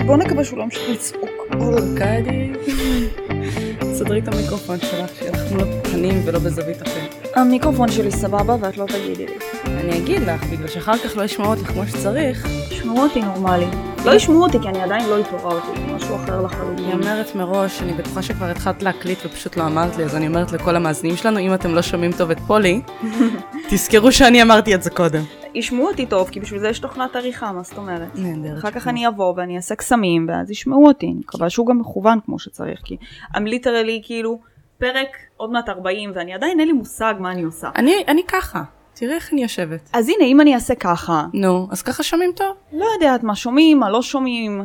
בוא נקווה שהוא לא ימשיך לצעוק. קדי. סדרי את המיקרופון שלך, שאנחנו לא פנים ולא בזווית אחרת. המיקרופון שלי סבבה ואת לא תגידי לי. אני אגיד לך, בגלל שאחר כך לא ישמעו אותך כמו שצריך. ישמעו אותי נורמלי. לא ישמעו אותי כי אני עדיין לא התעוררתי, משהו אחר לחלוטין. אני אומרת מראש, אני בטוחה שכבר התחלת להקליט ופשוט לא אמרת לי, אז אני אומרת לכל המאזינים שלנו, אם אתם לא שומעים טוב את פולי, תזכרו שאני אמרתי את זה קודם. ישמעו אותי טוב, כי בשביל זה יש תוכנת עריכה, מה זאת אומרת? נהדר. אחר כך אני אבוא ואני אעשה קסמים, ואז ישמעו אותי. אני מקווה שהוא גם מכוון כמו שצריך, כי ליטרלי כאילו פרק עוד מעט 40, ואני עדיין אין לי מושג מה אני עושה. אני ככה. תראי איך אני יושבת. אז הנה, אם אני אעשה ככה... נו, אז ככה שומעים טוב? לא יודעת מה שומעים, מה לא שומעים.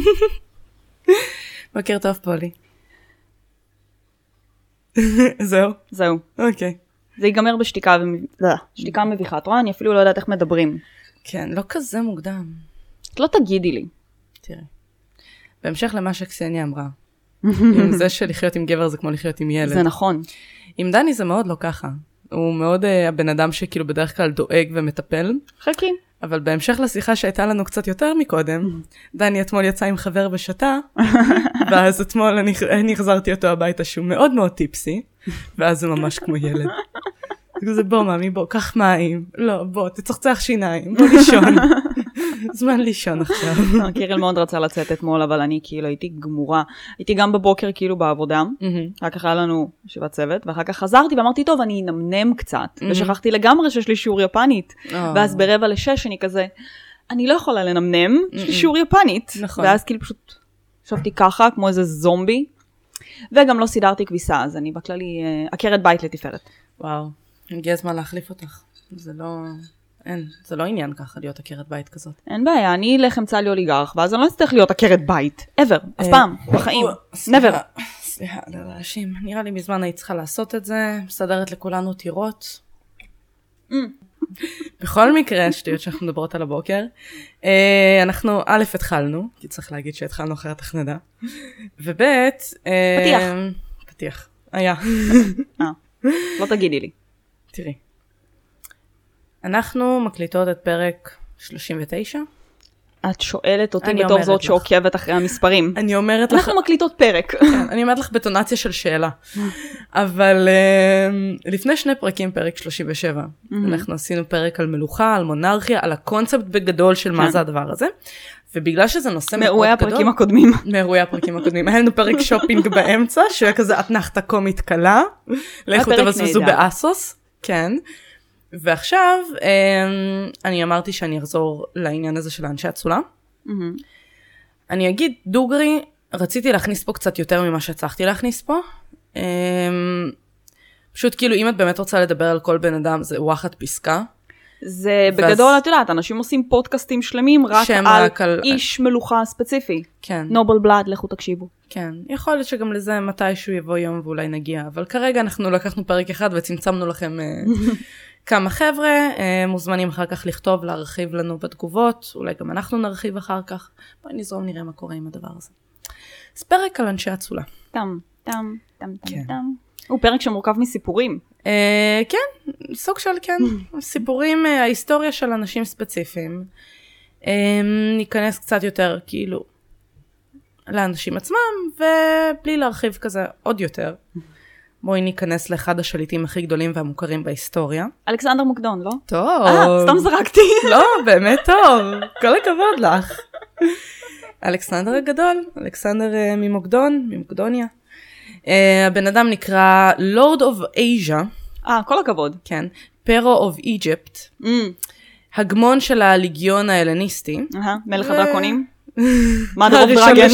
בוקר טוב, פולי. זהו? זהו. אוקיי. זה ייגמר בשתיקה שתיקה מביכה. את רואה, אני אפילו לא יודעת איך מדברים. כן, לא כזה מוקדם. את לא תגידי לי. תראי. בהמשך למה שקסניה אמרה, עם זה שלחיות עם גבר זה כמו לחיות עם ילד. זה נכון. עם דני זה מאוד לא ככה. הוא מאוד הבן אדם שכאילו בדרך כלל דואג ומטפל. חכי. אבל בהמשך לשיחה שהייתה לנו קצת יותר מקודם, דני אתמול יצא עם חבר ושתה, ואז אתמול אני החזרתי אותו הביתה שהוא מאוד מאוד טיפסי, ואז הוא ממש כמו ילד. זה בוא מאמי, בוא, קח מים. לא, בוא, תצחצח שיניים, בוא לישון. זמן לישון עכשיו. קירל מאוד רצה לצאת אתמול, אבל אני כאילו הייתי גמורה. הייתי גם בבוקר כאילו בעבודה, אחר כך היה לנו ישיבת צוות, ואחר כך חזרתי ואמרתי, טוב, אני אנמנם קצת, ושכחתי לגמרי שיש לי שיעור יפנית. ואז ב5:45 אני כזה, אני לא יכולה לנמנם, יש לי שיעור יפנית. ואז כאילו פשוט ישבתי ככה, כמו איזה זומבי, וגם לא סידרתי כביסה, אז אני בכללי עקרת בית לתפארת. וואו, הגיע הזמן להחליף אותך. זה לא עניין ככה להיות עקרת בית כזאת. אין בעיה, אני אלך אמצא לי אוליגרך, ואז אני לא אצטרך להיות עקרת בית. ever, אף פעם, בחיים. never. סליחה, לא להאשים. נראה לי מזמן היית צריכה לעשות את זה, מסדרת לכולנו טירות. בכל מקרה, שטויות שאנחנו מדברות על הבוקר, אנחנו התחלנו, כי צריך להגיד שהתחלנו אחרי התכנדה, פתיח. היה. לא תגידי לי. תראי. אנחנו מקליטות את פרק 39. את שואלת אותי בתור זאת שעוקבת אחרי המספרים. אני אומרת לך... אנחנו מקליטות פרק. כן, אני אומרת לך בטונציה של שאלה. אבל לפני 2 פרקים, פרק 37, אנחנו עשינו פרק על מלוכה, על מונרכיה, על הקונספט בגדול של מה זה הדבר הזה. ובגלל שזה נושא מאוד גדול... מאירועי הפרקים הקודמים. היה לנו פרק שופינג באמצע, שהיה כזה אתנחתה קומית קלה. לכו תבזבזו באסוס. כן. ועכשיו, אני אמרתי שאני אחזור לעניין הזה של האנשי הצולה. אני אגיד, דוגרי, רציתי להכניס פה קצת יותר ממה שצריכתי להכניס פה. פשוט כאילו, אם את באמת רוצה לדבר על כל בן אדם, זה וואחת פסקה. זה בגדול, את יודעת, אנשים עושים פודקאסטים שלמים רק על איש מלוכה ספציפי. כן. נובל בלאד, לכו תקשיבו. כן, יכול להיות שגם לזה מתישהו יבוא יום ואולי נגיע, אבל כרגע אנחנו לקחנו פרק אחד וצמצמנו לכם כמה חבר'ה, מוזמנים אחר כך לכתוב, להרחיב לנו בתגובות, אולי גם אנחנו נרחיב אחר כך, בואי נזרום נראה מה קורה עם הדבר הזה. אז פרק על אנשי הצולה. תם. הוא פרק שמורכב מסיפורים. כן, סוג של כן, סיפורים, ההיסטוריה של אנשים ספציפיים. ניכנס קצת יותר כאילו לאנשים עצמם, ובלי להרחיב כזה עוד יותר. בואי ניכנס לאחד השליטים הכי גדולים והמוכרים בהיסטוריה. אלכסנדר מוקדון, לא? טוב. סתם זרקתי. לא, באמת טוב. כל הכבוד לך. אלכסנדר הגדול, אלכסנדר ממוקדוניה. הבן אדם נקרא Lord of Asia. כל הכבוד. כן. Pharaoh of Egypt. הגמון של הליגיון ההלניסטי. מלך הדרקונים. Mother of Dragon.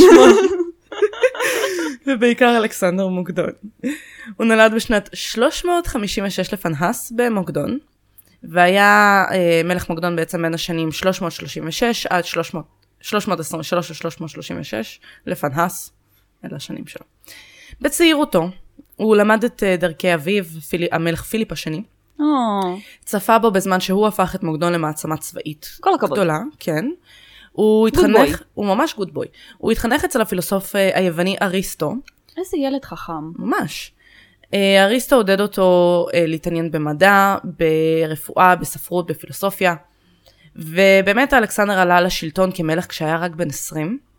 ובעיקר אלכסנדר מוקדון. הוא נולד בשנת 356 לפנהס במוקדון, והיה מלך מוקדון בעצם בין השנים 336 עד 323 ו-336 לפנהס, אלה השנים שלו. בצעירותו, הוא למד את דרכי אביו, המלך פיליפ השני. צפה בו בזמן שהוא הפך את מוקדון למעצמה צבאית. כל הכבוד. גדולה, כן. הוא התחנך, הוא ממש גוד בוי. הוא התחנך אצל הפילוסוף היווני אריסטו. איזה ילד חכם. ממש. אריסטו עודד אותו להתעניין במדע, ברפואה, בספרות, בפילוסופיה. ובאמת אלכסנדר עלה לשלטון כמלך כשהיה רק בן 20.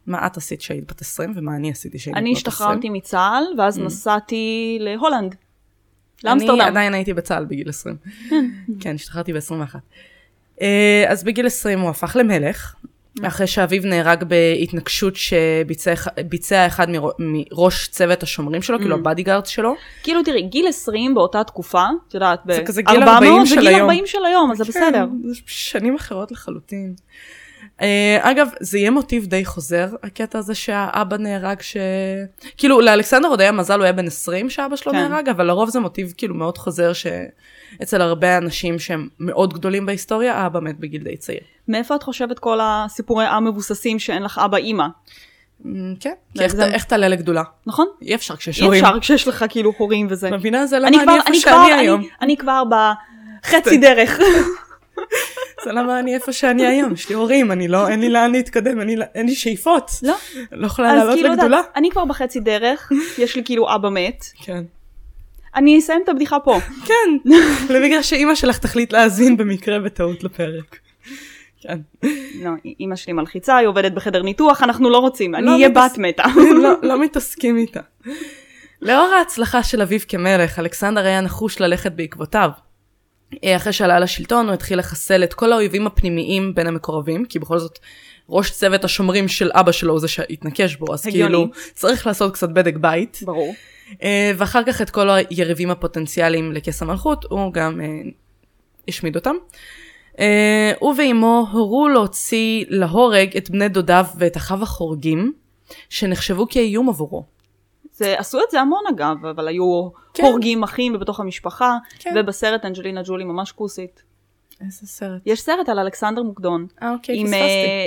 מה את עשית שהיית בת 20, ומה אני עשיתי שהיית בת 20? אני השתחררתי מצה"ל, ואז נסעתי להולנד. לאמסטרדם. אני עדיין הייתי בצה"ל בגיל 20. כן, השתחררתי ב-21. אז בגיל 20 הוא הפך למלך, אחרי שאביו נהרג בהתנגשות שביצע אחד מראש צוות השומרים שלו, כאילו הבאדיגארד שלו. כאילו תראי, גיל 20 באותה תקופה, את יודעת, זה כזה גיל 40 של היום. זה גיל 40 של היום, אז זה בסדר. זה שנים אחרות לחלוטין. אגב, זה יהיה מוטיב די חוזר, הקטע הזה שהאבא נהרג כאילו, לאלכסנדר עוד היה מזל, הוא היה בן 20 שאבא שלו נהרג, אבל לרוב זה מוטיב כאילו מאוד חוזר שאצל הרבה אנשים שהם מאוד גדולים בהיסטוריה, האבא מת בגיל די צעיר. מאיפה את חושבת כל הסיפורי המבוססים שאין לך אבא אימא? כן, כי איך תעלה לגדולה? נכון? אי אפשר כשיש הורים. אי אפשר כשיש לך כאילו הורים וזה. מבינה, זה למה אני איפה שאני היום. אני כבר בחצי דרך. זה למה אני איפה שאני היום, יש לי הורים, אין לי לאן להתקדם, אין לי שאיפות. לא. לא יכולה לעלות לגדולה. אני כבר בחצי דרך, יש לי כאילו אבא מת. כן. אני אסיים את הבדיחה פה. כן, לבגלל שאמא שלך תחליט להאזין במקרה בטעות לפרק. כן. לא, אמא שלי מלחיצה, היא עובדת בחדר ניתוח, אנחנו לא רוצים, אני אהיה בת מתה. לא מתעסקים איתה. לאור ההצלחה של אביו כמלך, אלכסנדר היה נחוש ללכת בעקבותיו. אחרי שעלה לשלטון, הוא התחיל לחסל את כל האויבים הפנימיים בין המקורבים, כי בכל זאת ראש צוות השומרים של אבא שלו הוא זה שהתנקש בו, אז כאילו צריך לעשות קצת בדק בית. ברור. ואחר כך את כל היריבים הפוטנציאליים לכס המלכות, הוא גם השמיד אותם. הוא ואימו הורו להוציא להורג את בני דודיו ואת אחיו החורגים, שנחשבו כאיום עבורו. עשו את זה המון אגב, אבל היו הורגים אחים בתוך המשפחה, ובסרט אנג'לינה ג'ולי ממש כוסית. איזה סרט? יש סרט על אלכסנדר מוקדון. אוקיי, פספסתי.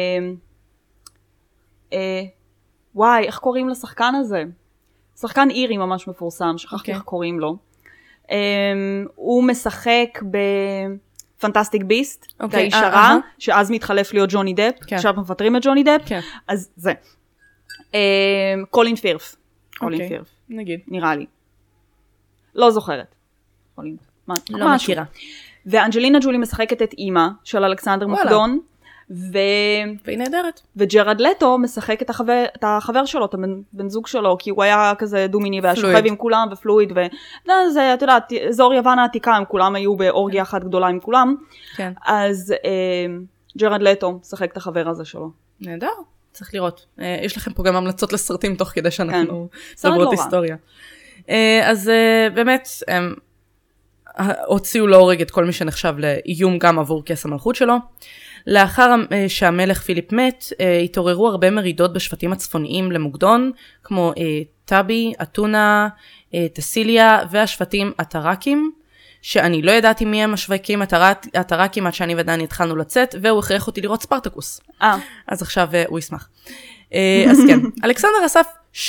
וואי, איך קוראים לשחקן הזה? שחקן אירי ממש מפורסם, שכחתי איך קוראים לו. הוא משחק בפנטסטיק ביסט, הישרה, שאז מתחלף להיות ג'וני דפ, עכשיו מפטרים את ג'וני דפ, אז זה. קולין פירף. קולין פירף. נגיד. נראה לי. לא זוכרת. לא מכירה. ואנג'לינה ג'ולי משחקת את אימא של אלכסנדר מוקדון, והיא נהדרת. וג'רד לטו משחק את החבר שלו, את הבן זוג שלו, כי הוא היה כזה דו-מיני והיה שוכב עם כולם ופלואיד, וזה, את יודעת, אזור יוון העתיקה, הם כולם היו באורגיה אחת גדולה עם כולם, אז ג'רד לטו משחק את החבר הזה שלו. נהדר. צריך לראות. יש לכם פה גם המלצות לסרטים תוך כדי שאנחנו מדברות היסטוריה. אז באמת, הוציאו להורג את כל מי שנחשב לאיום גם עבור כס המלכות שלו. לאחר שהמלך פיליפ מת, התעוררו הרבה מרידות בשבטים הצפוניים למוקדון, כמו טאבי, אתונה, טסיליה והשבטים הטראקים, שאני לא ידעתי מי הם השווקים הטראקים עד שאני ודני התחלנו לצאת, והוא הכריח אותי לראות ספרטקוס. אז עכשיו הוא ישמח. אז כן, אלכסנדר אסף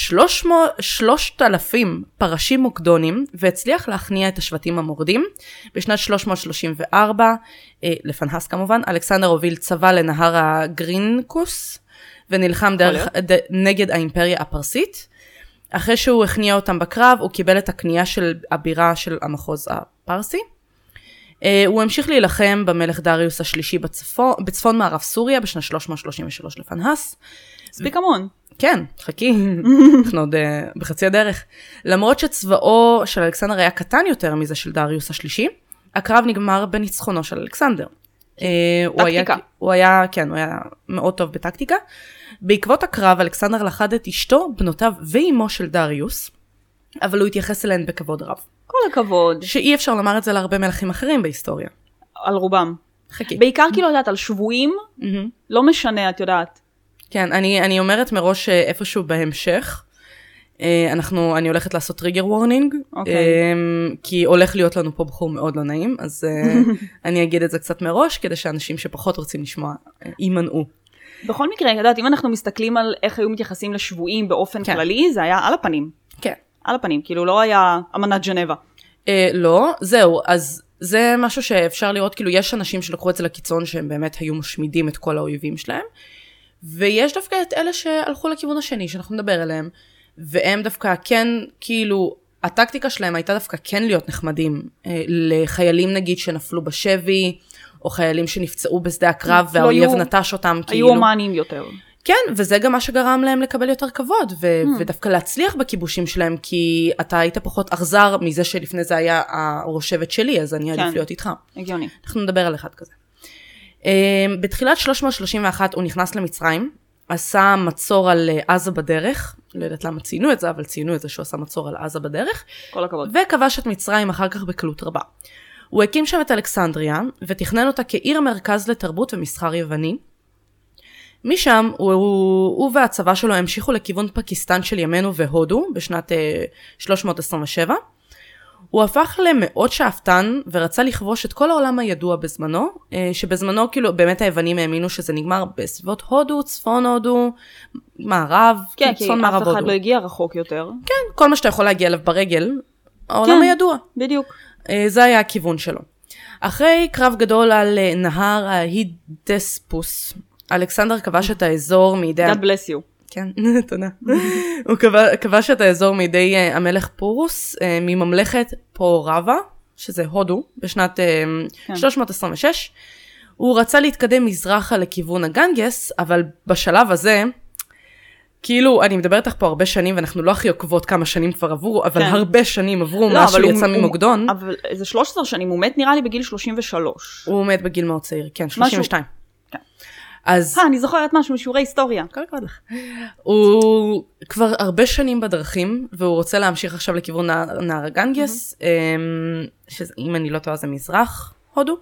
3,000 פרשים מוקדונים, והצליח להכניע את השבטים המורדים. בשנת 334, לפנהס כמובן, אלכסנדר הוביל צבא לנהר הגרינקוס, ונלחם נגד האימפריה הפרסית. אחרי שהוא הכניע אותם בקרב, הוא קיבל את הכניעה של הבירה של המחוז הפרסי. הוא המשיך להילחם במלך דריוס השלישי בצפון מערב סוריה, בשנת 333 לפנהס. ספיק המון. כן, חכי, אנחנו עוד בחצי הדרך. למרות שצבאו של אלכסנדר היה קטן יותר מזה של דריוס השלישי, הקרב נגמר בניצחונו של אלכסנדר. טקטיקה. הוא היה מאוד טוב בטקטיקה. בעקבות הקרב, אלכסנדר לכד את אשתו, בנותיו ואימו של דריוס, אבל הוא התייחס אליהן בכבוד רב. כל הכבוד. שאי אפשר לומר את זה להרבה מלכים אחרים בהיסטוריה. על רובם. חכי. בעיקר כאילו יודעת, על שבויים, לא משנה, את יודעת. כן, אני אומרת מראש איפשהו בהמשך, אני הולכת לעשות טריגר וורנינג, כי הולך להיות לנו פה בחור מאוד לא נעים, אז אני אגיד את זה קצת מראש, כדי שאנשים שפחות רוצים לשמוע יימנעו. בכל מקרה, יודעת, אם אנחנו מסתכלים על איך היו מתייחסים לשבויים באופן כללי, זה היה על הפנים. כן. על הפנים, כאילו לא היה אמנת ג'נבה. לא, זהו, אז זה משהו שאפשר לראות, כאילו יש אנשים שלקחו את זה לקיצון, שהם באמת היו משמידים את כל האויבים שלהם, ויש דווקא את אלה שהלכו לכיוון השני, שאנחנו נדבר עליהם, והם דווקא כן, כאילו, הטקטיקה שלהם הייתה דווקא כן להיות נחמדים, לחיילים נגיד שנפלו בשבי, או חיילים שנפצעו בשדה הקרב, והאויב נטש אותם, היו אומנים יותר. כן, וזה גם מה שגרם להם לקבל יותר כבוד, ודווקא להצליח בכיבושים שלהם, כי אתה היית פחות אכזר מזה שלפני זה היה הראשבת שלי, אז אני עדיף להיות איתך. הגיוני. אנחנו נדבר על אחד כזה. בתחילת 331 הוא נכנס למצרים, עשה מצור על עזה בדרך, לא יודעת למה ציינו את זה, אבל ציינו את זה שהוא עשה מצור על עזה בדרך. כל הכבוד. וכבש את מצרים אחר כך בקלות רבה. הוא הקים שם את אלכסנדריה, ותכנן אותה כעיר מרכז לתרבות ומסחר יווני. משם הוא והצבא שלו המשיכו לכיוון פקיסטן של ימינו והודו, בשנת 327. הוא הפך למאוד שאפתן, ורצה לכבוש את כל העולם הידוע בזמנו, שבזמנו כאילו באמת היוונים האמינו שזה נגמר בסביבות הודו, צפון הודו, מערב, כן, כי צפון מערב אף אחד הודו. לא הגיע רחוק יותר. כן, כל מה שאתה יכול להגיע אליו ברגל, העולם הידוע. בדיוק. זה היה הכיוון שלו. אחרי קרב גדול על נהר ההידספוס, אלכסנדר כבש את האזור מידי... God bless you. כן, תודה. הוא כבש את האזור מידי המלך פורוס מממלכת פורבה, שזה הודו, בשנת 326. הוא רצה להתקדם מזרחה לכיוון הגנגס, אבל בשלב הזה, כאילו, אני מדברת לך פה הרבה שנים, ואנחנו לא הכי עוקבות כמה שנים כבר עברו, אבל הרבה שנים עברו מאז שהוא יצא ממוקדון. אבל זה 13 שנים, הוא מת נראה לי בגיל 33. הוא מת בגיל מאוד צעיר, כן, 32. אז... אני זוכרת משהו משיעורי היסטוריה. כל הכבוד לך. הוא כבר הרבה שנים בדרכים, והוא רוצה להמשיך עכשיו לכיוון נהר הגנגס, שאם אני לא טועה זה מזרח, הודו.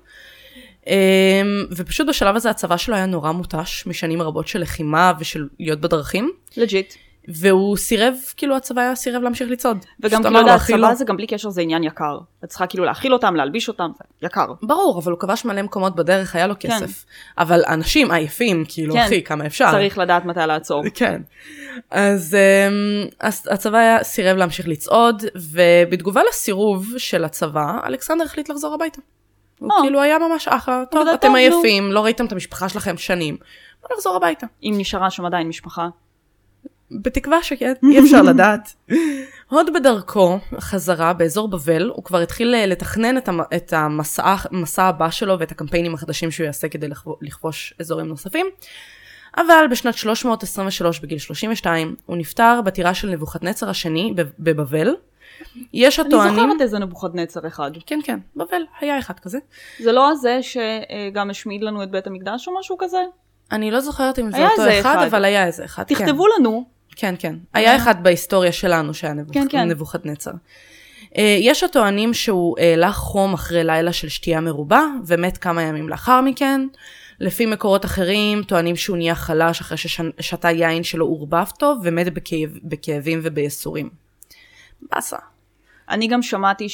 ופשוט בשלב הזה הצבא שלו היה נורא מוטש, משנים רבות של לחימה ושל להיות בדרכים. לג'יט. והוא סירב, כאילו הצבא היה סירב להמשיך לצעוד. וגם כאילו הצבא זה גם בלי קשר, זה עניין יקר. את צריכה כאילו להאכיל אותם, להלביש אותם, זה יקר. ברור, אבל הוא כבש מלא מקומות בדרך, היה לו כסף. אבל אנשים עייפים, כאילו, אחי, כמה אפשר. צריך לדעת מתי לעצור. כן. אז הצבא היה סירב להמשיך לצעוד, ובתגובה לסירוב של הצבא, אלכסנדר החליט לחזור הביתה. הוא כאילו היה ממש אחלה, טוב, אתם עייפים, לא ראיתם את המשפחה שלכם שנים, בוא נחזור הביתה. אם נשארה שם עדיין משפחה. בתקווה שכן, אי אפשר לדעת. עוד בדרכו חזרה באזור בבל, הוא כבר התחיל לתכנן את המסע הבא שלו ואת הקמפיינים החדשים שהוא יעשה כדי לכבוש אזורים נוספים. אבל בשנת 323 בגיל 32 הוא נפטר בטירה של נבוכדנצר השני בבבל. יש הטוענים... אני זוכרת איזה נבוכדנצר אחד. כן, כן, בבל היה אחד כזה. זה לא הזה שגם השמיד לנו את בית המקדש או משהו כזה? אני לא זוכרת אם זה אותו אחד, אבל היה איזה אחד. תכתבו לנו. כן, כן. היה אחד בהיסטוריה שלנו שהיה נבוכדנצר. יש הטוענים שהוא העלה חום אחרי לילה של שתייה מרובה, ומת כמה ימים לאחר מכן. לפי מקורות אחרים, טוענים שהוא נהיה חלש אחרי ששתה יין שלו עורבב טוב, ומת בכאבים ובייסורים. בסה. אני גם שמעתי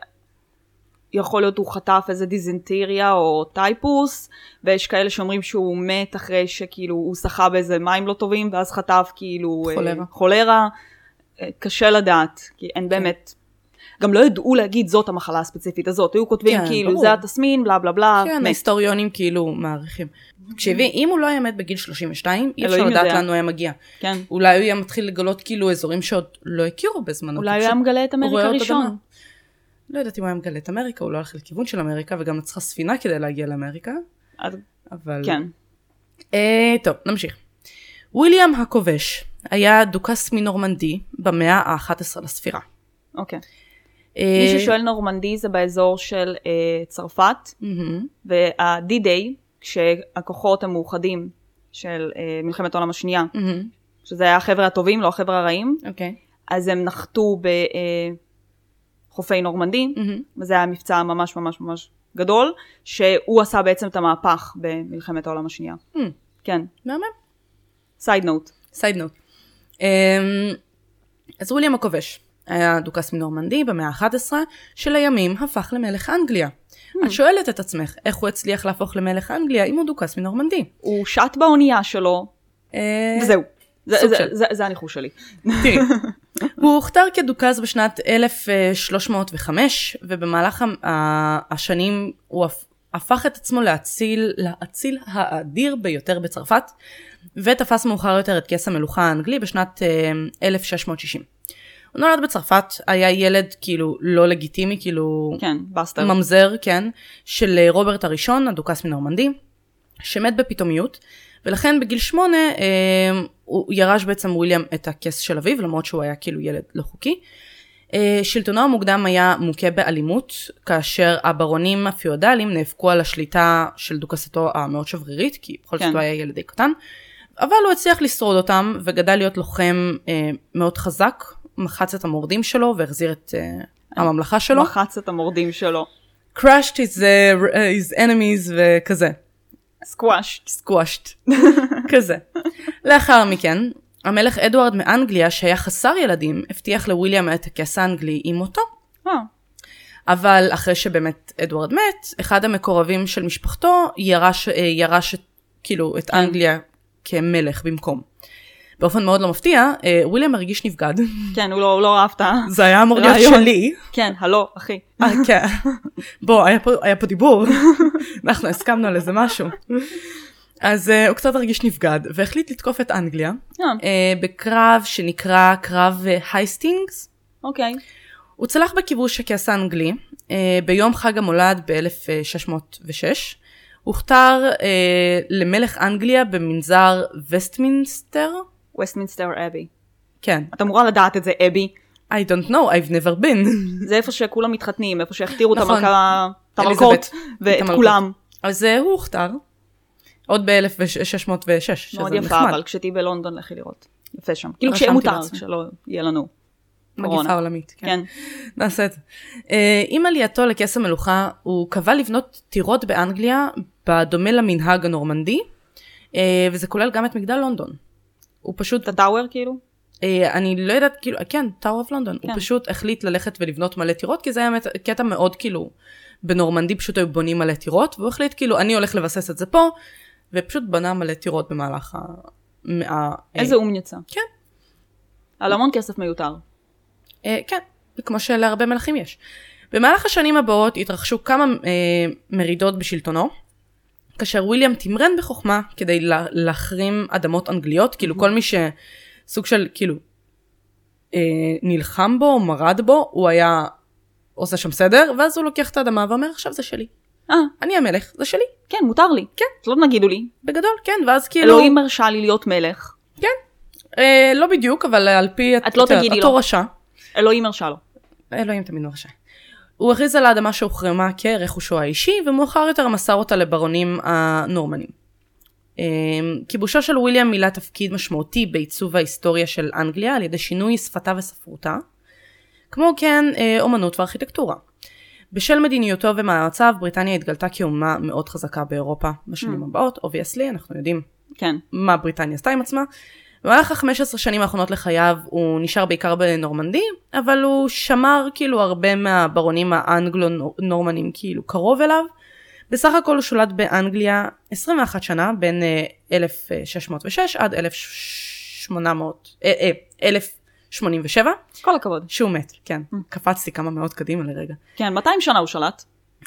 שיכול להיות הוא חטף איזה דיזנטריה או טייפוס, ויש כאלה שאומרים שהוא מת אחרי שכאילו הוא שחה באיזה מים לא טובים, ואז חטף כאילו חולרה. קשה לדעת, כי אין באמת, גם לא ידעו להגיד זאת המחלה הספציפית הזאת, היו כותבים כאילו זה התסמין, בלה בלה בלה. כן, ההיסטוריונים כאילו מעריכים. תקשיבי, אם הוא לא היה מת בגיל 32, אי אפשר לדעת לנו היה מגיע. כן. אולי הוא היה מתחיל לגלות כאילו אזורים שעוד לא הכירו בזמנו. אולי הוא היה מגלה את אמריקה ראשון. לא יודעת אם הוא היה מגלה את אמריקה, הוא לא הלך לכיוון של אמריקה, וגם צריכה ספינה כדי להגיע לאמריקה. אבל... כן. טוב, נמשיך. וויליאם הכובש היה דוכס מנורמנדי במאה ה-11 לספירה. אוקיי. מי ששואל נורמנדי זה באזור של צרפת, וה-D-Day, כשהכוחות המאוחדים של מלחמת העולם השנייה, שזה היה החבר'ה הטובים, לא החבר'ה הרעים, אז הם נחתו בחופי נורמנדי, וזה היה מבצע ממש ממש ממש גדול, שהוא עשה בעצם את המהפך במלחמת העולם השנייה. כן. מהמם. סייד נוט. סייד נוט. אז וויליאם הכובש היה דוכס מנורמנדי במאה ה-11, שלימים הפך למלך אנגליה. את שואלת את עצמך, איך הוא הצליח להפוך למלך אנגליה אם הוא דוכס מנורמנדי? הוא שט באונייה שלו, וזהו. זה הניחוש שלי. תראי, הוא הוכתר כדוכס בשנת 1305, ובמהלך השנים הוא הפך את עצמו להציל האדיר ביותר בצרפת, ותפס מאוחר יותר את כס המלוכה האנגלי בשנת 1660. הוא נולד בצרפת, היה ילד כאילו לא לגיטימי, כאילו כן, בסטר. ממזר, כן, של רוברט הראשון, הדוכס מנורמנדי. שמת בפתאומיות, ולכן בגיל 8 הוא ירש בעצם וויליאם את הכס של אביו, למרות שהוא היה כאילו ילד לא חוקי. שלטונו המוקדם היה מוכה באלימות, כאשר הברונים הפיודליים נאבקו על השליטה של דוכסתו המאוד שברירית, כי בכל זאת הוא היה ילד די קטן, אבל הוא הצליח לשרוד אותם, וגדל להיות לוחם מאוד חזק, מחץ את המורדים שלו, והחזיר את הממלכה שלו. מחץ את המורדים שלו. crushed his enemies וכזה. squashed. כזה. לאחר מכן, המלך אדוארד מאנגליה, שהיה חסר ילדים, הבטיח לוויליאם את הכס האנגלי עם מותו. אבל אחרי שבאמת אדוארד מת, אחד המקורבים של משפחתו ירש כאילו את אנגליה כמלך במקום. באופן מאוד לא מפתיע, וויליאם הרגיש נבגד. כן, הוא לא אהב את הרעיון. זה היה אמור להיות שלי. כן, הלו, אחי. כן. בוא, היה פה דיבור. אנחנו הסכמנו על איזה משהו. אז הוא קצת הרגיש נבגד, והחליט לתקוף את אנגליה, בקרב שנקרא קרב הייסטינגס. אוקיי. הוא צלח בכיבוש הכס האנגלי, ביום חג המולד ב-1606, הוא הוכתר למלך אנגליה במנזר וסטמינסטר. וסטמינסטר אבי. כן. אתה אמורה לדעת את זה, אבי. I don't know, I've never been. זה איפה שכולם מתחתנים, איפה שהכתירו את המלכות ואת כולם. אז הוא הוכתר. עוד ב-1606. מאוד יפה, אבל כשתהי בלונדון לכי לראות. יפה שם. כאילו כשהיה מותר, כשלא יהיה לנו קורונה. מגיפה עולמית. כן. נעשה את זה. עם עלייתו לכס המלוכה, הוא קבע לבנות טירות באנגליה, בדומה למנהג הנורמנדי, וזה כולל גם את מגדל לונדון. הוא פשוט... את הטאוור כאילו? אני לא יודעת, כאילו, כן, טאוור אוף לונדון. הוא פשוט החליט ללכת ולבנות מלא טירות, כי זה היה קטע מאוד כאילו, בנורמנדי פשוט היו בונים מלא טירות, והוא החליט כאילו, אני הולך לבסס את זה פה, ופשוט בנה מלא טירות במהלך המאה. איזה אום יצא. כן. על המון כסף מיותר. כן, כמו שלהרבה מלכים יש. במהלך השנים הבאות התרחשו כמה מרידות בשלטונו, כאשר וויליאם תמרן בחוכמה כדי להחרים אדמות אנגליות, כאילו כל מי שסוג של כאילו נלחם בו, מרד בו, הוא היה עושה שם סדר, ואז הוא לוקח את האדמה ואומר, עכשיו זה שלי. אני המלך, זה שלי. כן, מותר לי. כן. אז לא נגידו לי. בגדול, כן, ואז כאילו... אלוהים מרשה לי להיות מלך. כן. לא בדיוק, אבל על פי... את לא תגידי לו. אותו רשע. אלוהים מרשה לו. אלוהים תמיד מרשה. הוא הכריז על האדמה שהוחרמה כרכושו האישי, ומאוחר יותר מסר אותה לברונים הנורמנים. כיבושו של וויליאם מילא תפקיד משמעותי בעיצוב ההיסטוריה של אנגליה, על ידי שינוי שפתה וספרותה, כמו כן אומנות וארכיטקטורה. בשל מדיניותו ומאמציו, בריטניה התגלתה כאומה מאוד חזקה באירופה בשנים הבאות, obviously, אנחנו יודעים מה בריטניה עשתה עם עצמה. במהלך 15 שנים האחרונות לחייו הוא נשאר בעיקר בנורמנדי, אבל הוא שמר כאילו הרבה מהברונים האנגלו-נורמנים כאילו קרוב אליו. בסך הכל הוא שולט באנגליה 21 שנה, בין 1606 עד 1087. כל הכבוד. שהוא מת, כן. קפצתי כמה מאות קדימה לרגע. כן, 200 שנה הוא שלט.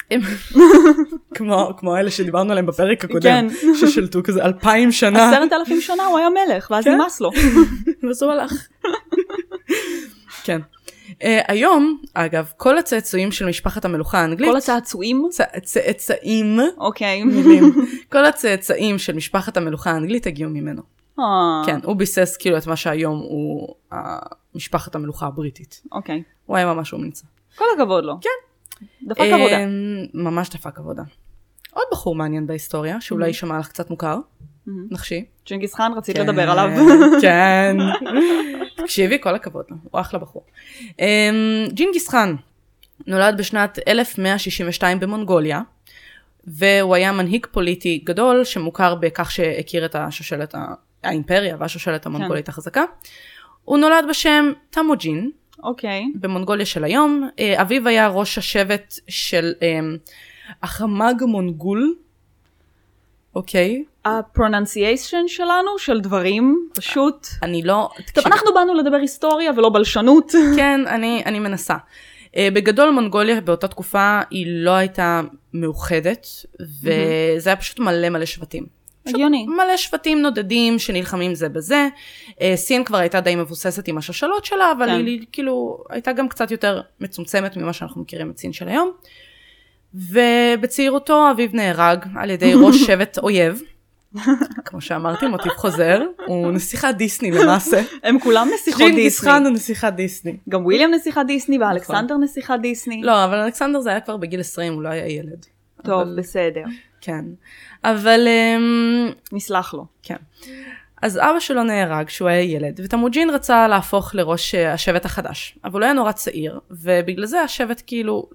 כמו אלה שדיברנו עליהם בפרק הקודם, ששלטו כזה 2000 שנה. 10,000 שנה הוא היה מלך, ואז נמאס לו. ואז הוא הלך. כן. היום, אגב, כל הצאצועים של משפחת המלוכה האנגלית... כל הצאצועים? צאצאים. אוקיי. מילים. כל הצאצאים של משפחת המלוכה האנגלית הגיעו ממנו. כן, הוא ביסס כאילו את מה שהיום הוא משפחת המלוכה הבריטית. אוקיי. הוא היה ממש אומנצה. כל הכבוד לו. כן. דפק עבודה. ממש דפק עבודה. עוד בחור מעניין בהיסטוריה, שאולי יישמע לך קצת מוכר. נחשי. ג'ינגיס חאן, רצית לדבר עליו. כן. תקשיבי, כל הכבוד לו. הוא אחלה בחור. ג'ינגיס חאן נולד בשנת 1162 במונגוליה, והוא היה מנהיג פוליטי גדול, שמוכר בכך שהכיר את השושלת האימפריה והשושלת המונגולית החזקה. הוא נולד בשם תמוג'ין, במונגוליה של היום. אביו היה ראש השבט של החמאג מונגול. אוקיי. הפרוננסיישן שלנו, של דברים, פשוט. אני לא... טוב, אנחנו באנו לדבר היסטוריה ולא בלשנות. כן, אני מנסה. בגדול מונגוליה באותה תקופה היא לא הייתה מאוחדת, וזה היה פשוט מלא שבטים. הגיוני. מלא שבטים נודדים שנלחמים זה בזה. סין כבר הייתה די מבוססת עם השושלות שלה, אבל היא כאילו הייתה גם קצת יותר מצומצמת ממה שאנחנו מכירים את סין של היום. ובצעירותו אביו נהרג על ידי ראש שבט אויב. כמו שאמרתי, מוטיב חוזר, הוא נסיכת דיסני למעשה. הם כולם נסיכות דיסני. ג'ינגיס חאן הוא נסיכת דיסני. גם וויליאם נסיכת דיסני ואלכסנדר נסיכת דיסני. לא, אבל אלכסנדר זה היה כבר בגיל 20, הוא לא היה ילד. טוב, בסדר. כן. אבל... נסלח לו. כן. אז אבא שלו נהרג כשהוא היה ילד, ותמוג'ין רצה להפוך לראש השבט החדש. אבל הוא היה נורא צעיר, ובגלל זה השבט כאילו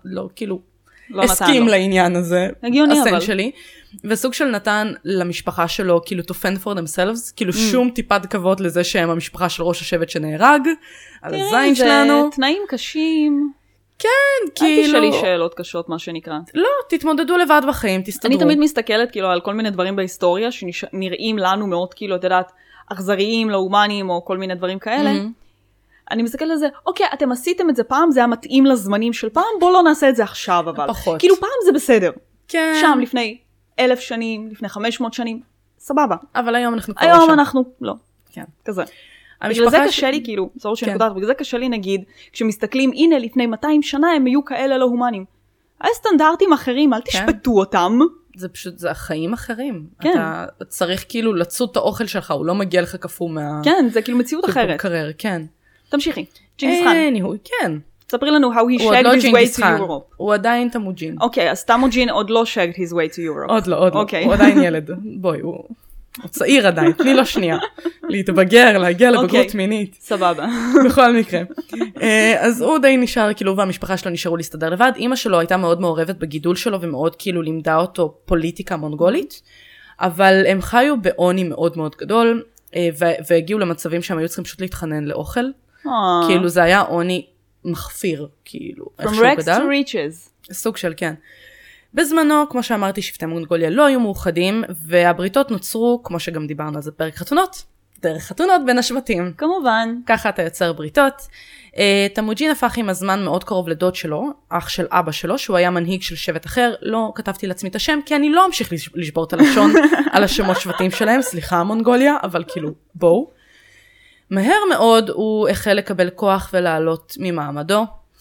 לא הסכים לעניין הזה. הגיוני אבל. שלי. וסוג של נתן למשפחה שלו כאילו to fend for themselves, כאילו שום טיפת כבוד לזה שהם המשפחה של ראש השבט שנהרג, על הזין שלנו. זה תנאים קשים. כן, כאילו... אל תשאלי שאלות קשות, מה שנקרא. לא, תתמודדו לבד בחיים, תסתדרו. אני תמיד מסתכלת כאילו על כל מיני דברים בהיסטוריה, שנראים לנו מאוד כאילו, את יודעת, אכזריים, לא הומניים, או כל מיני דברים כאלה. אני מסתכלת על זה, אוקיי, אתם עשיתם את זה פעם, זה היה מתאים לזמנים של פעם, בואו לא נעשה את זה עכשיו, אבל. פחות. כאילו פעם זה בסדר. כן. שם לפני 1000 שנים, לפני 500 שנים, סבבה. אבל היום אנחנו כבר שם. היום אנחנו, לא. כן. כזה. בגלל זה קשה לי, כאילו, סורת של נקודת, בגלל זה קשה לי נגיד, כשמסתכלים, הנה לפני 200 שנה הם היו כאלה לא הומנים. היה סטנדרטים אחרים, אל תשפטו אותם. זה פשוט, זה החיים אחרים. כן. אתה צריך כאילו לצוד את האוכל שלך, הוא לא מגיע לך כפור מה... כן, זה כאילו מציאות אחרת. קרר, כן. תמשיכי. ג'ינגיס חאן. כן. ספרי לנו how he shagged his way to Europe. הוא עדיין תמוג'ין. אוקיי, אז תמוג'ין עוד לא shagged his way to Europe. עוד לא. הוא עדיין ילד. בואי, הוא צעיר עדיין, תני לו שנייה. להתבגר, להגיע לבגרות מינית. סבבה. בכל מקרה. אז הוא די נשאר, כאילו, והמשפחה שלו נשארו להסתדר לבד. אמא שלו הייתה מאוד מעורבת בגידול שלו, ומאוד כאילו לימדה אותו פוליטיקה מונגולית. אבל הם חיו בעוני מאוד מאוד גדול, והגיעו למצבים שהם היו צריכים פשוט להתחנן לאוכל. כאילו זה היה עוני מחפיר, כאילו. From rags to riches. סוג של, כן. בזמנו, כמו שאמרתי, שבטי מונגוליה לא היו מאוחדים, והבריתות נוצרו, כמו שגם דיברנו על זה פרק חתונות, דרך חתונות בין השבטים. כמובן. ככה אתה יוצר בריתות. תמוג'ין הפך עם הזמן מאוד קרוב לדוד שלו, אח של אבא שלו, שהוא היה מנהיג של שבט אחר. לא כתבתי לעצמי את השם, כי אני לא אמשיך לשבור את הלשון על השמות שבטים שלהם, סליחה מונגוליה, אבל כאילו בואו. מהר מאוד הוא החל לקבל כוח ולעלות ממעמדו.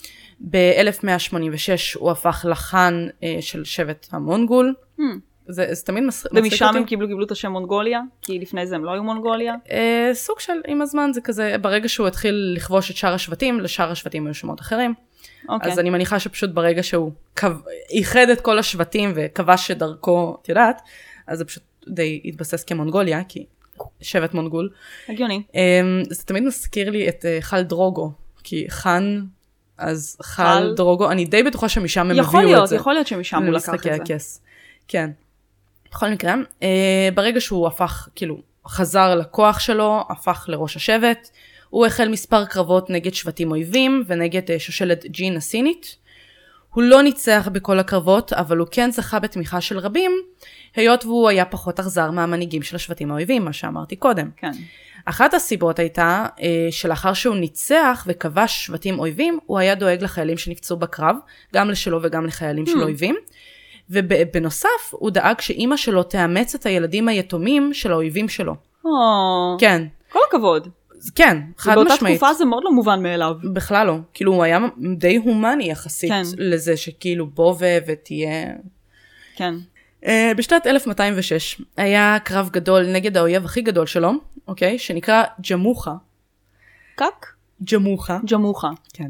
ב-1186 הוא הפך לחאן של שבט המונגול. זה תמיד מצחיק אותי. ומשם הם קיבלו את השם מונגוליה? כי לפני זה הם לא היו מונגוליה? סוג של עם הזמן זה כזה, ברגע שהוא התחיל לכבוש את שאר השבטים, לשאר השבטים היו שמות אחרים. אז אני מניחה שפשוט ברגע שהוא איחד את כל השבטים וכבש את דרכו, את יודעת, אז זה פשוט די התבסס כמונגוליה, כי שבט מונגול. הגיוני. זה תמיד מזכיר לי את חל דרוגו, כי חאן, אז חל דרוגו, אני די בטוחה שמשם הם הביאו את זה. יכול להיות שמשם הוא לקח את זה. כן. בכל מקרה, ברגע שהוא הפך, כאילו, חזר לכוח שלו, הפך לראש השבט, הוא החל מספר קרבות נגד שבטים אויבים, ונגד שושלת ג'ין הסינית. הוא לא ניצח בכל הקרבות, אבל הוא כן זכה בתמיכה של רבים, היות והוא היה פחות אכזר מהמנהיגים של השבטים האויבים, מה שאמרתי קודם. כן. אחת הסיבות הייתה שלאחר שהוא ניצח וכבש שבטים אויבים, הוא היה דואג לחיילים שנפצעו בקרב, גם לשלו וגם לחיילים של אויבים. ובנוסף, הוא דאג שאימא שלו תאמץ את הילדים היתומים של האויבים שלו. כן. כל הכבוד. כן, חד משמעית. באותה תקופה זה מאוד לא מובן מאליו. בכלל לא. כאילו הוא היה די הומני יחסית לזה שכאילו בוא ותהיה... כן. בשנת 1206 היה קרב גדול נגד האויב הכי גדול שלו, אוקיי? שנקרא ג'מוחה. קק? ג'מוחה. ג'מוחה. כן.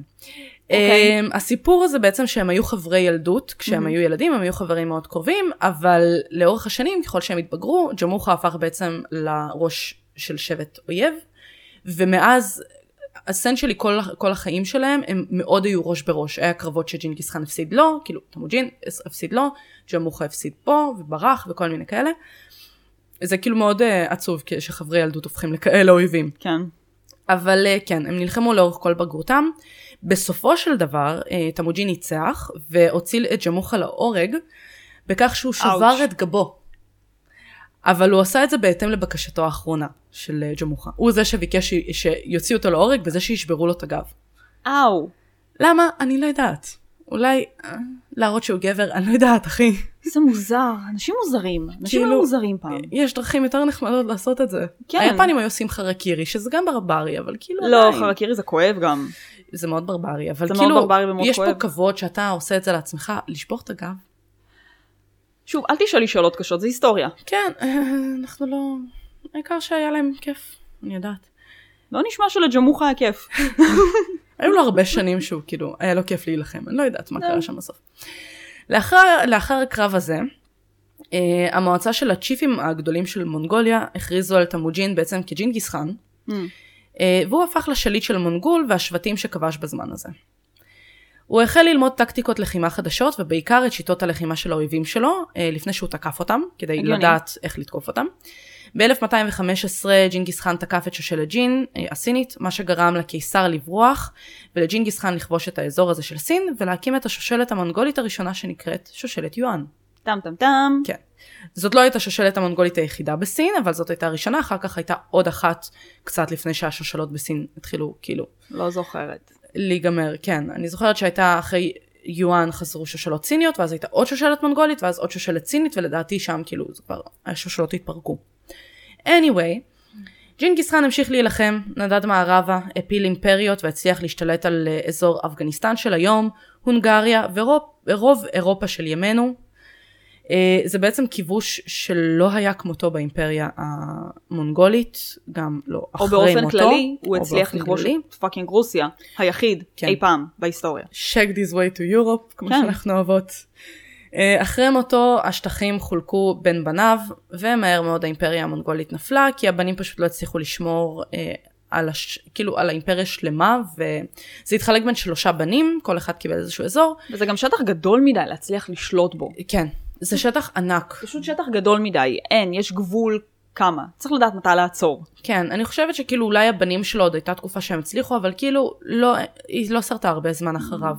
הסיפור הזה בעצם שהם היו חברי ילדות, כשהם היו ילדים הם היו חברים מאוד קרובים, אבל לאורך השנים ככל שהם התבגרו, ג'מוחה הפך בעצם לראש של שבט אויב, ומאז הסן שלי כל החיים שלהם הם מאוד היו ראש בראש. היה קרבות שג'ינגיס חאן הפסיד לו, כאילו תמוג'ין הפסיד לו, ג'מוחה הפסיד פה וברח וכל מיני כאלה. זה כאילו מאוד עצוב שחברי ילדות הופכים לכאלה אויבים. כן. אבל כן, הם נלחמו לאורך כל בגרותם. בסופו של דבר, תמוג'ין ניצח והוציא את ג'מוחה להורג, בכך שהוא שבר את גבו. אבל הוא עשה את זה בהתאם לבקשתו האחרונה של ג'מוחה. הוא זה שביקש שיוציאו אותו להורג, וזה שישברו לו את הגב. למה? אני לא יודעת. אולי להראות שהוא גבר, אני לא יודעת, אחי. זה מוזר, אנשים מוזרים. אנשים לא מוזרים פעם. יש דרכים יותר נחמדות לעשות את זה. כן. היפנים היו עושים חרקירי, שזה גם ברברי, אבל כאילו... לא, חרקירי זה כואב גם. זה מאוד ברברי, אבל זה כאילו, מאוד ברברי ומאוד יש כואב. פה כבוד שאתה עושה את זה לעצמך, לשפוך את הגב. שוב, אל תשאלי שאלות קשות, זה היסטוריה. כן, אנחנו לא... העיקר שהיה להם כיף, אני יודעת. לא נשמע שלג'מוך היה כיף. היו לו הרבה שנים שהוא, כאילו, היה לו כיף להילחם, אני לא יודעת מה קרה שם בסוף. לאחר הקרב הזה, המועצה של הצ'יפים הגדולים של מונגוליה הכריזו על תמוג'ין בעצם כג'ינגיס חאן, והוא הפך לשליט של מונגול והשבטים שכבש בזמן הזה. הוא החל ללמוד טקטיקות לחימה חדשות, ובעיקר את שיטות הלחימה של האויבים שלו, לפני שהוא תקף אותם, כדי לדעת איך לתקוף אותם. ב-1215 ג'ינגיס חאן תקף את שושלת ג'ין הסינית, מה שגרם לקיסר לברוח, ולג'ינגיס חאן לכבוש את האזור הזה של סין, ולהקים את השושלת המונגולית הראשונה שנקראת שושלת יואן. טם טם טם. כן. זאת לא הייתה השושלת המונגולית היחידה בסין, אבל זאת הייתה הראשונה, אחר כך הייתה עוד אחת, קצת לפני שהשושלות בסין התחילו, כאילו... לא זוכרת. להיגמר, כן. אני זוכרת שהייתה אחרי יואן חזרו שושלות סיניות, ואז הייתה עוד שושלת מונגולית, ואז עוד שושלת סינית, ולדעתי שם כאילו זה כבר, השושלות התפרקו. anyway, ג'ינגיס חאן המשיך להילחם, נדד מערבה, הפיל אימפריות, והצליח להשתלט על אזור אפגניסטן של היום, הונגריה, ורוב אירופה של ימינו. זה בעצם כיבוש שלא היה כמותו באימפריה המונגולית, גם לא אחרי מותו. או באופן כללי, הוא הצליח לכבוש את פאקינג רוסיה, היחיד אי פעם בהיסטוריה. Shake this way to Europe, כמו שאנחנו אוהבות. אחרי מותו, השטחים חולקו בין בניו, ומהר מאוד האימפריה המונגולית נפלה, כי הבנים פשוט לא הצליחו לשמור כאילו על האימפריה שלמה, וזה התחלק בין 3 בנים, כל אחד קיבל איזשהו אזור. וזה גם שטח גדול מדי להצליח לשלוט בו. כן. זה שטח ענק. פשוט שטח גדול מדי. יש גבול כמה. צריך לדעת מתי לעצור. כן, אני חושבת שכאילו אולי הבנים שלו עוד הייתה תקופה שהם הצליחו, אבל כאילו היא לא שרתה הרבה זמן אחריו.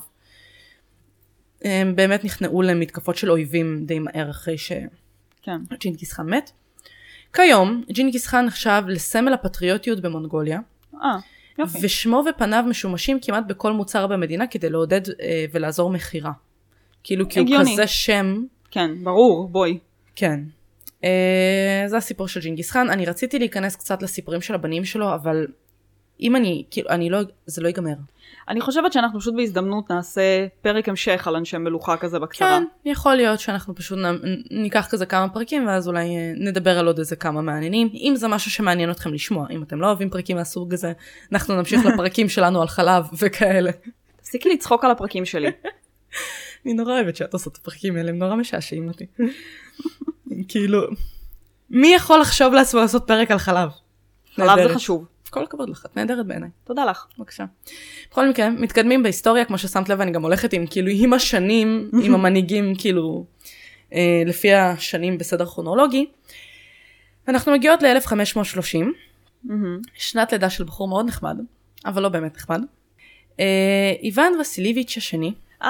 הם באמת נכנעו למתקפות של אויבים די מהר אחרי שג'ינגיס חאן מת. כיום, ג'ינגיס חאן נחשב לסמל הפטריוטיות במונגוליה. יופי. ושמו ופניו משומשים כמעט בכל מוצר במדינה כדי לעודד ולעזור מחירה. כאילו כי הוא כזה שם... כן, ברור, בואי. כן. זה הסיפור של ג'ינגיס חאן. אני רציתי להיכנס קצת לסיפורים של הבנים שלו, אבל אם זה לא ייגמר. אני חושבת שאנחנו פשוט בהזדמנות נעשה פרק המשך על אנשי מלוכה כזה בקצרה. כן, יכול להיות שאנחנו פשוט ניקח כזה כמה פרקים, ואז אולי נדבר על עוד איזה כמה מעניינים. אם זה משהו שמעניין אתכם לשמוע, אם אתם לא אוהבים פרקים מהסוג הזה, אנחנו נמשיך לפרקים שלנו על חלב וכאלה. תפסיקי לצחוק על הפרקים שלי. אני נורא אוהבת שאת עושה את הפרקים האלה, הם נורא משעשעים אותי. כאילו, מי יכול לחשוב לעצמו לעשות פרק על חלב? חלב זה חשוב. כל הכבוד לך, את נהדרת בעיניי. תודה לך. בבקשה. בכל מקרה, מתקדמים בהיסטוריה, כמו ששמת לב, אני גם הולכת עם, כאילו, עם השנים, עם המנהיגים, כאילו, לפי השנים בסדר כרונולוגי. אנחנו מגיעות ל-1530, שנת לידה של בחור מאוד נחמד, אבל לא באמת נחמד. איוון וסיליביץ' השני,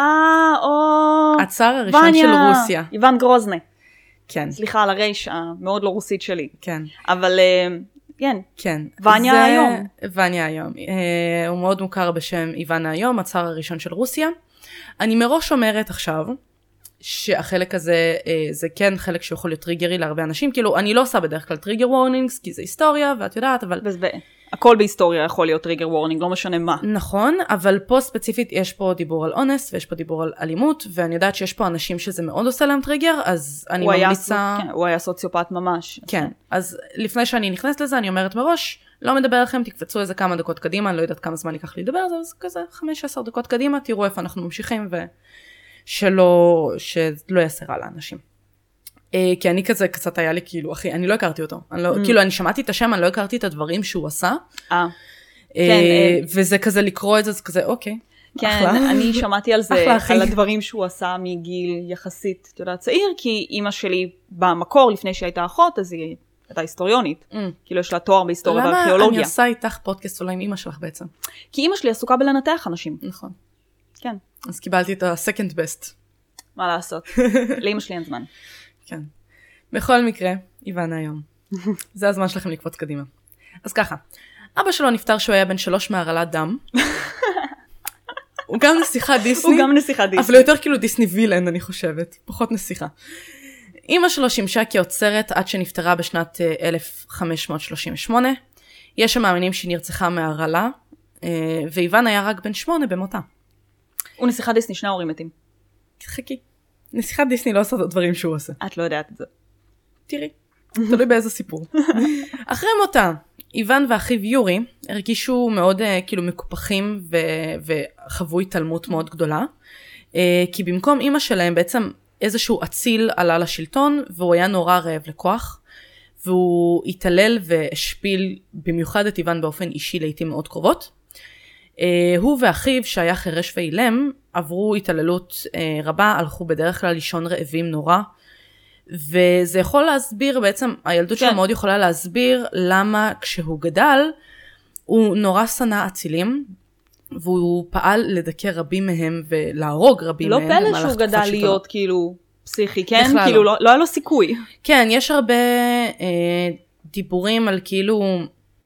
הצאר הראשון של רוסיה. איוון גרוזנה. כן. סליחה על הרייש המאוד לא רוסית שלי. כן. אבל כן. כן. וניה היום. וניה היום. הוא מאוד מוכר בשם איוון היום, הצאר הראשון של רוסיה. אני מראש אומרת עכשיו, שהחלק הזה, זה כן חלק שיכול להיות טריגרי להרבה אנשים, כאילו אני לא עושה בדרך כלל טריגר וורנינגס, כי זה היסטוריה, ואת יודעת, אבל... הכל בהיסטוריה יכול להיות טריגר וורנינג, לא משנה מה. נכון, אבל פה ספציפית יש פה דיבור על אונס, ויש פה דיבור על אלימות, ואני יודעת שיש פה אנשים שזה מאוד עושה להם טריגר, אז אני ממליצה... כן, הוא היה סוציופט ממש. כן, אז לפני שאני נכנסת לזה, אני אומרת מראש, לא מדבר לכם, תקפצו איזה כמה דקות קדימה, אני לא יודעת כמה זמן ייקח לי לדבר, אז כזה 15 דקות קדימה, תראו איפה אנחנו ממשיכים, שלא יעשה רע לאנשים. כי אני כזה קצת היה לי כאילו, אחי, אני לא הכרתי אותו. כאילו, אני שמעתי את השם, אני לא הכרתי את הדברים שהוא עשה. וזה כזה לקרוא את זה, זה כזה, אוקיי. כן, אני שמעתי על זה, על הדברים שהוא עשה מגיל יחסית, אתה יודע, צעיר, כי אימא שלי במקור, לפני שהייתה אחות, אז היא הייתה היסטוריונית. כאילו, יש לה תואר בהיסטוריה וארכיאולוגיה. למה אני עושה איתך פודקאסט אולי עם אימא שלך בעצם? כי אימא שלי עסוקה בלנתח אנשים. נכון. כן. אז קיבלתי את ה-second best. מה לעשות? לאמא שלי אין זמן. כן. בכל מקרה, איוון היום. זה הזמן שלכם לקפוץ קדימה. אז ככה, אבא שלו נפטר שהוא היה בן 3 מהרעלת דם. הוא גם נסיכה דיסני. הוא גם נסיכה דיסני. אבל יותר כאילו דיסני וילן, אני חושבת. פחות נסיכה. אמא שלו שימשה כאוצרת עד שנפטרה בשנת 1538. יש שמאמינים שהיא נרצחה מהרעלה. ואיוון היה רק בן 8 במותה. הוא נסיכת דיסני, שני ההורים מתים. חכי. נסיכת דיסני לא עושה את הדברים שהוא עושה. את לא יודעת את זה. תראי, תלוי באיזה סיפור. אחרי מותה, איוון ואחיו יורי הרגישו מאוד כאילו מקופחים וחוו התעלמות מאוד גדולה, כי במקום אמא שלהם בעצם איזשהו אציל עלה לשלטון, והוא היה נורא רעב לכוח, והוא התעלל והשפיל במיוחד את איוון באופן אישי לעתים מאוד קרובות. הוא ואחיו שהיה חירש ואילם עברו התעללות רבה, הלכו בדרך כלל לישון רעבים נורא, וזה יכול להסביר בעצם, הילדות שלו מאוד יכולה להסביר למה כשהוא גדל, הוא נורא שנא אצילים, והוא פעל לדכא רבים מהם ולהרוג רבים מהם. לא פלא שהוא גדל להיות כאילו פסיכי, כן? כאילו לא היה לו סיכוי. כן, יש הרבה דיבורים על כאילו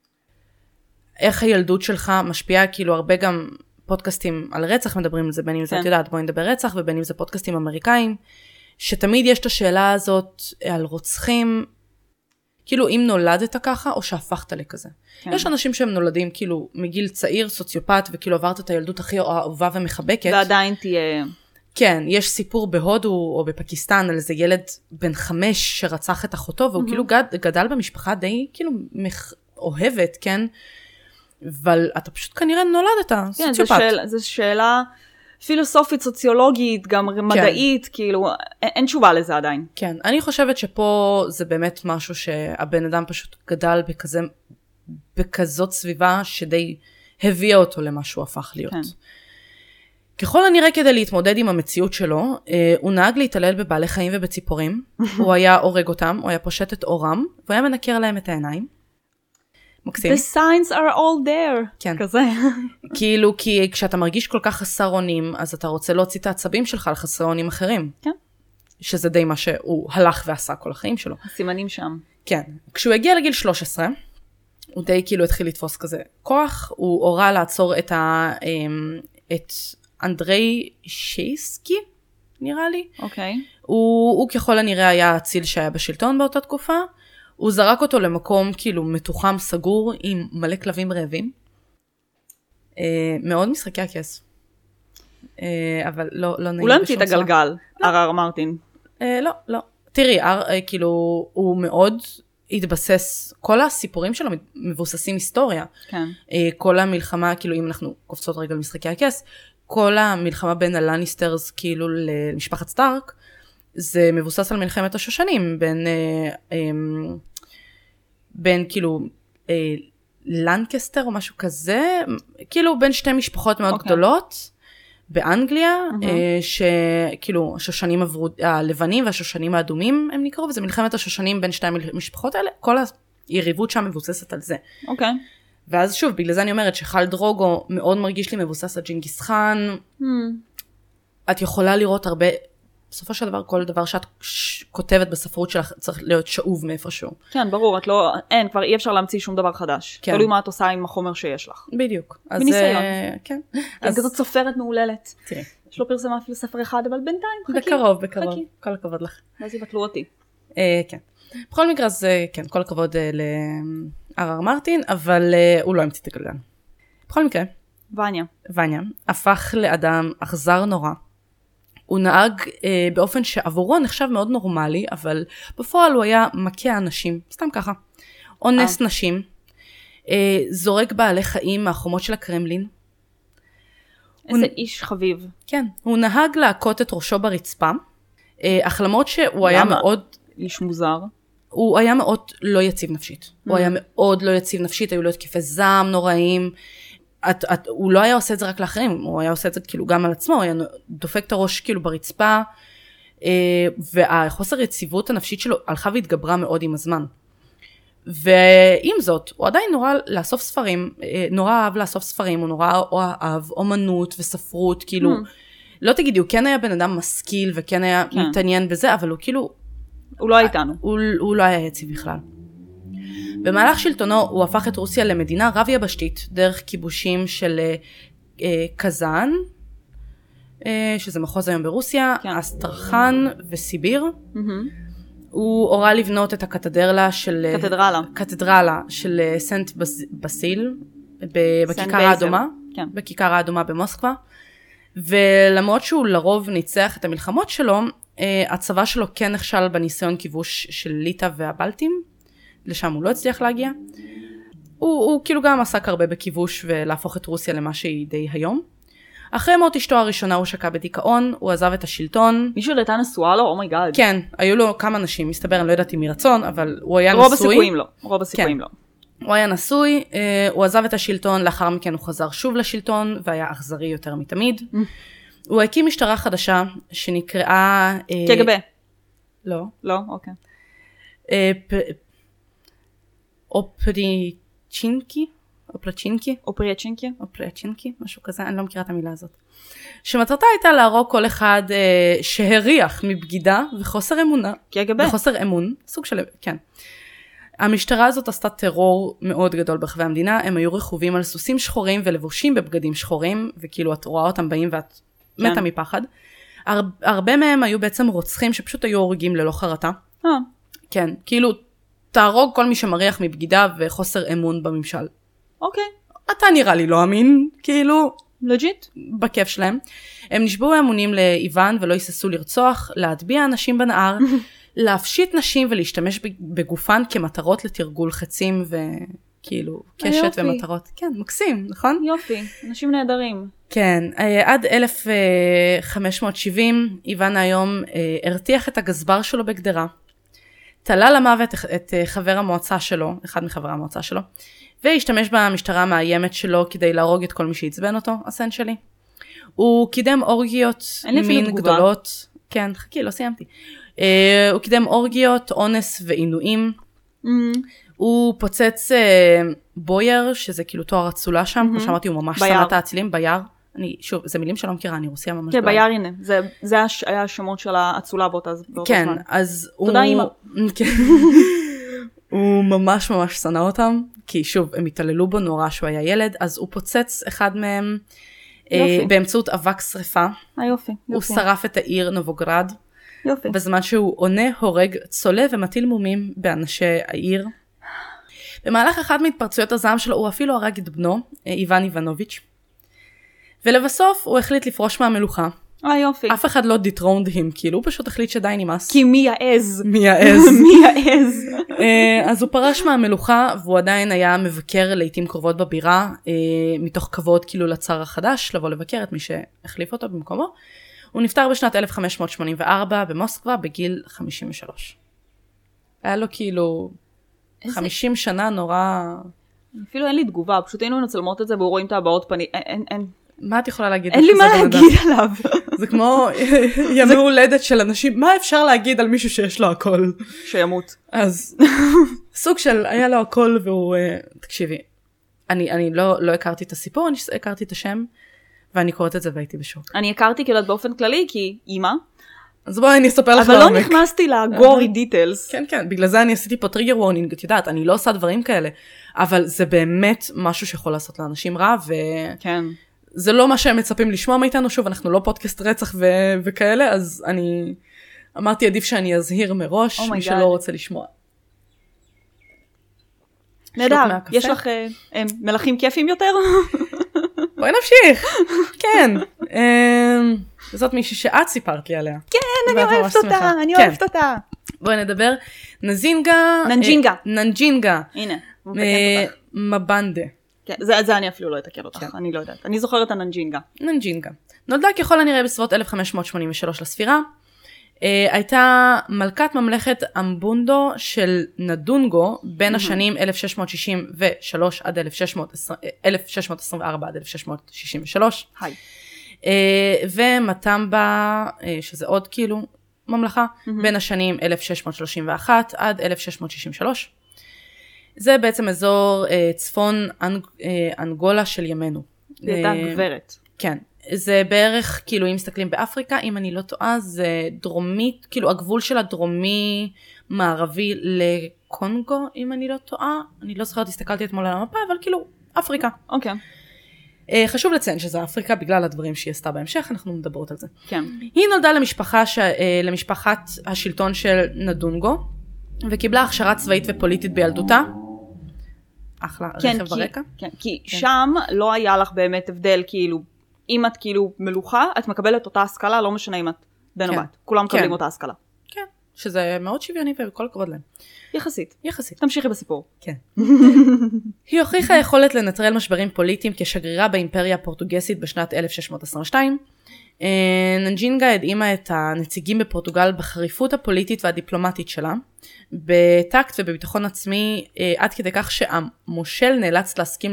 איך הילדות שלך משפיעה, כאילו הרבה גם פודקאסטים על רצח מדברים על זה, בין אם זה, את יודעת, בואי נדבר רצח, ובין אם זה פודקאסטים אמריקאים, שתמיד יש את השאלה הזאת על רוצחים, כאילו אם נולדת ככה או שהפכת לכזה. כן. יש אנשים שהם נולדים כאילו מגיל צעיר, סוציופט, וכאילו עברת את הילדות הכי אהובה ומחבקת. ועדיין תהיה... כן, יש סיפור בהודו או בפקיסטן על איזה ילד בן 5 שרצח את אחותו, והוא כאילו גדל במשפחה די כאילו אוהבת, כן? אבל אתה פשוט כנראה נולדת סוציופט. כן, זו שאלה פילוסופית, סוציולוגית, גם מדעית, כאילו, אין תשובה לזה עדיין. כן, אני חושבת שפה זה באמת משהו שהבן אדם פשוט גדל בכזאת סביבה שדי הביאה אותו למה שהוא הפך להיות. כן. ככל הנראה כדי להתמודד עם המציאות שלו, הוא נהג להתעלל בבעלי חיים ובציפורים, הוא היה הורג אותם, הוא היה פושט את אורם, והוא היה מנקר להם את העיניים. מקסים. The signs are all there. כן. כזה. כאילו, כי כשאתה מרגיש כל כך חסר אונים, אז אתה רוצה להוציא את העצבים שלך על חסרי אונים אחרים. כן. שזה די מה שהוא הלך ועשה כל החיים שלו. הסימנים שם. כן. כשהוא הגיע לגיל 13, הוא די כאילו התחיל לתפוס כזה כוח, הוא הורה לעצור את אנדרי שייסקי, נראה לי. אוקיי. הוא ככל הנראה היה הציל שהיה בשלטון באותה תקופה, הוא זרק אותו למקום כאילו מתוחם סגור עם מלא כלבים רעבים. מאוד משחקי הכס. אבל לא נעים. הוא לא המציא את הגלגל, R.R. מרטין. לא. תראי, כאילו הוא מאוד התבסס, כל הסיפורים שלו מבוססים היסטוריה. כן. כל המלחמה, כאילו אם אנחנו קופצות רגע למשחקי הכס, כל המלחמה בין הלניסטרס כאילו למשפחת סטארק, זה מבוסס על מלחמת השושנים, בין כאילו לנקסטר או משהו כזה, כאילו בין שתי משפחות מאוד גדולות, באנגליה, שכאילו השושנים הלבנים והשושנים האדומים הם נקראו, וזה מלחמת השושנים בין שתי המשפחות האלה, כל היריבות שם מבוססת על זה. אוקיי. ואז שוב, בגלל זה אני אומרת שחל דרוגו מאוד מרגיש לי מבוסס על ג'ינגיס חאן, את יכולה לראות הרבה, בסופו של דבר, כל דבר שאת כותבת בספרות שלך צריך להיות שאוב מאיפשהו. כן, ברור, אין, כבר אי אפשר להמציא שום דבר חדש. כן. תלוי מה את עושה עם החומר שיש לך. בדיוק. בניסיון. כן. אז כזאת סופרת מעוללת. תראי. יש לו פרסמה אפילו ספר אחד, אבל בינתיים, חכי. בקרוב. כל הכבוד לך. ואז יבטלו אותי. כן. בכל מקרה, אז כן, כל הכבוד ל-R.R. מרטין, אבל הוא לא המציא את הגלגל. בכל מקרה. וניה הפך לאדם אכזר נורא. הוא נהג באופן שעבורו נחשב מאוד נורמלי, אבל בפועל הוא היה מכה אנשים, סתם ככה. אונס נשים, זורק בעלי חיים מהחומות של הקרמלין. איזה איש חביב. כן, הוא נהג להכות את ראשו ברצפה, אך למרות שהוא היה מאוד... איש מוזר. הוא היה מאוד לא יציב נפשית. הוא היה מאוד לא יציב נפשית, היו לו התקפי זעם נוראים, הוא לא היה עושה את זה רק לאחרים, הוא היה עושה את זה כאילו גם על עצמו, הוא היה דופק את הראש כאילו ברצפה, והחוסר יציבות הנפשית שלו הלכה והתגברה מאוד עם הזמן. ועם זאת, הוא עדיין נורא לאסוף ספרים, נורא אהב לאסוף ספרים, הוא נורא אהב אומנות וספרות, כאילו, לא תגידי, הוא כן היה בן אדם משכיל, וכן היה מתעניין בזה, אבל הוא כאילו... הוא לא היה איתנו. הוא לא היה יציב בכלל. במהלך שלטונו הוא הפך את רוסיה למדינה רב יבשתית, דרך כיבושים של קזאן, שזה מחוז היום ברוסיה, אסטרחן וסיביר. הוא הורה לבנות את הקתדרלה של סנט בסיל, בכיכר האדומה, כן. בכיכר האדומה במוסקבה, ולמרות שהוא לרוב ניצח את המלחמות שלו, הצבא שלו כן נכשל בניסיון כיבוש של ליטא והבלטים, לשם הוא לא הצליח להגיע. הוא כאילו גם עסק הרבה בכיבוש ולהפוך את רוסיה למה שהיא די היום. אחרי מות אשתו הראשונה הוא שקע בדיכאון, הוא עזב את השלטון. מישהו הייתה נשואה לו? אומייגאד. כן, היו לו כמה נשים, מסתבר, אני לא יודעתי מרצון, אבל הוא היה נשוי. רוב הסיכויים לא. הוא היה נשוי, הוא עזב את השלטון, לאחר מכן הוא חזר שוב לשלטון, והיה אכזרי יותר מתמיד. הוא הקים משטרה חדשה, שנקראה... קג"ב. לא. לא? אוקיי. אופריאצ'ינקי, משהו כזה, אני לא מכירה את המילה הזאת. שמטרתה הייתה להרוג כל אחד שהריח מבגידה וחוסר אמונה. קג"ב. וחוסר אמון, סוג של... כן. המשטרה הזאת עשתה טרור מאוד גדול ברחבי המדינה, הם היו רכובים על סוסים שחורים ולבושים בבגדים שחורים, וכאילו את רואה אותם באים ואת מתה מפחד. הרבה מהם היו בעצם רוצחים שפשוט היו הורגים ללא חרטה. כן, כאילו תהרוג כל מי שמריח מבגידה וחוסר אמון בממשל. אוקיי. אתה נראה לי לא אמין, כאילו... לג'יט? בכיף שלהם. הם נשבעו אמונים לאיוון ולא היססו לרצוח, להטביע אנשים בנהר, להפשיט נשים ולהשתמש בגופן כמטרות לתרגול חצים וכאילו קשת ומטרות. כן, מקסים, נכון? יופי, אנשים נהדרים. כן, עד 1570 איוון היום הרתיח את הגזבר שלו בגדרה, תלה למוות את חבר המועצה שלו, אחד מחברי המועצה שלו, והשתמש במשטרה המאיימת שלו כדי להרוג את כל מי שהצבן אותו, הסן שלי. הוא קידם אורגיות מין גדולות. כן, חכי, לא סיימתי. הוא קידם אורגיות, אונס ועינויים. הוא פוצץ בויר, שזה כאילו תואר אצולה שם, כמו שאמרתי, הוא ממש שם את האצילים, בייר. שוב, זה מילים שלא מכירה, אני רוסיה ממש. כן, בייר, הנה. זה היה השמות של האצולה באותה זמן. כן, אז הוא... תודה, אמא. הוא ממש ממש שנא אותם, כי שוב, הם התעללו בו נורא שהוא היה ילד, אז הוא פוצץ אחד מהם באמצעות אבק שריפה. יופי. הוא שרף את העיר נובוגרד. יופי. בזמן שהוא עונה, הורג, צולב ומטיל מומים באנשי העיר. במהלך אחד מהתפרצויות הזעם שלו, הוא אפילו הרג את בנו, איוון איוונוביץ'. ולבסוף הוא החליט לפרוש מהמלוכה. יופי. אף אחד לא דיטרונד him, כאילו הוא פשוט החליט שדי נמאס. כי מי יעז? מי יעז? מי יעז? אז הוא פרש מהמלוכה, והוא עדיין היה מבקר לעתים קרובות בבירה, מתוך כבוד כאילו לצר החדש, לבוא לבקר את מי שהחליף אותו במקומו. הוא נפטר בשנת 1584 במוסקבה בגיל 53. היה לו כאילו 50 שנה נורא... אפילו אין לי תגובה, פשוט היינו מצלמות את זה ורואים את הבעות פנים, אין... מה את יכולה להגיד? אין לי מה להגיד עליו. זה כמו ימי הולדת של אנשים, מה אפשר להגיד על מישהו שיש לו הכל? שימות. אז סוג של היה לו הכל והוא, תקשיבי, אני לא הכרתי את הסיפור, אני הכרתי את השם, ואני קוראת את זה והייתי בשוק. אני הכרתי כאילו באופן כללי, כי אימא. אז בואי אני אספר לך אבל לא נכנסתי לגורי דיטלס. כן, כן, בגלל זה אני עשיתי פה טריגר וורנינג, את יודעת, אני לא עושה דברים כאלה, אבל זה באמת משהו שיכול לעשות לאנשים רע, כן. זה לא מה שהם מצפים לשמוע מאיתנו, שוב, אנחנו לא פודקאסט רצח וכאלה, אז אני אמרתי עדיף שאני אזהיר מראש, מי שלא רוצה לשמוע. נהדר, יש לך מלכים כיפים יותר? בואי נמשיך, כן. זאת מישהי שאת סיפרת לי עליה. כן, אני אוהבת אותה, אני אוהבת אותה. בואי נדבר, ננג'ינגה. הנה, מבנדה. זה אני אפילו לא אתקל אותך, אני לא יודעת. אני זוכרת הננג'ינגה. ננג'ינגה. נולדה ככל הנראה בסביבות 1583 לספירה. הייתה מלכת ממלכת אמבונדו של נדונגו בין השנים 1663 עד 1624 עד 1663. היי. ומטמבה, שזה עוד כאילו ממלכה, בין השנים 1631 עד 1663. זה בעצם אזור צפון אנגולה של ימינו. הייתה גברת. כן. זה בערך, כאילו, אם מסתכלים באפריקה, אם אני לא טועה, זה דרומית, כאילו, הגבול של הדרומי מערבי לקונגו, אם אני לא טועה. אני לא זוכרת, הסתכלתי אתמול על המפה, אבל כאילו, אפריקה. אוקיי. חשוב לציין שזה אפריקה, בגלל הדברים שהיא עשתה בהמשך, אנחנו מדברות על זה. כן. היא נולדה למשפחת השלטון של נדונגו, וקיבלה הכשרה צבאית ופוליטית בילדותה. אחלה רכב ברקע. כן, כי שם לא היה לך באמת הבדל, כאילו, אם את כאילו מלוכה, את מקבלת אותה השכלה, לא משנה אם את בן או בת. כולם מקבלים אותה השכלה. כן, שזה מאוד שוויוני וכל הכבוד להם. יחסית. יחסית. תמשיכי בסיפור. כן. היא הוכיחה יכולת לנטרל משברים פוליטיים כשגרירה באימפריה הפורטוגסית בשנת 1622. ננג'ינגה הדהימה את הנציגים בפורטוגל בחריפות הפוליטית והדיפלומטית שלה, בטקט ובביטחון עצמי, עד כדי כך שהמושל נאלץ להסכים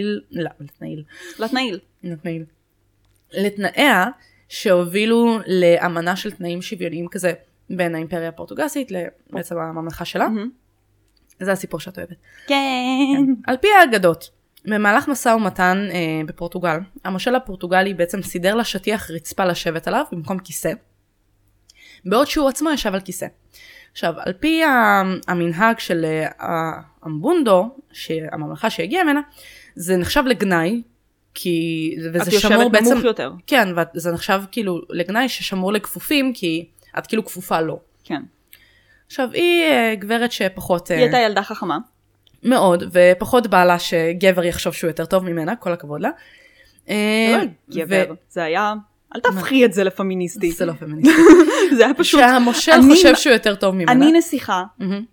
לתנאיה שהובילו לאמנה של תנאים שוויוניים כזה בין האימפריה הפורטוגסית לבעצם הממלכה שלה. זה הסיפור שאת אוהבת. כן. על פי האגדות, במהלך משא ומתן בפורטוגל, המושל הפורטוגלי בעצם סידר לה שטיח רצפה לשבת עליו במקום כיסא, בעוד שהוא עצמו ישב על כיסא. עכשיו, על פי המנהג של אמבונדו, הממלכה שהגיעה ממנה, זה נחשב לגנאי, כי את יושבת נמוך יותר. כן, וזה נחשב כאילו לגנאי ששמור לכפופים, כי את כאילו כפופה לו. כן. עכשיו, היא גברת שפחות... היא הייתה ילדה חכמה. מאוד, ופחות בעלה שגבר יחשוב שהוא יותר טוב ממנה, כל הכבוד לה. זה לא גבר, זה היה... אל תפחי את זה לפמיניסטי. זה לא פמיניסטי. זה היה פשוט... שהמושל חושב שהוא יותר טוב ממנה. אני נסיכה.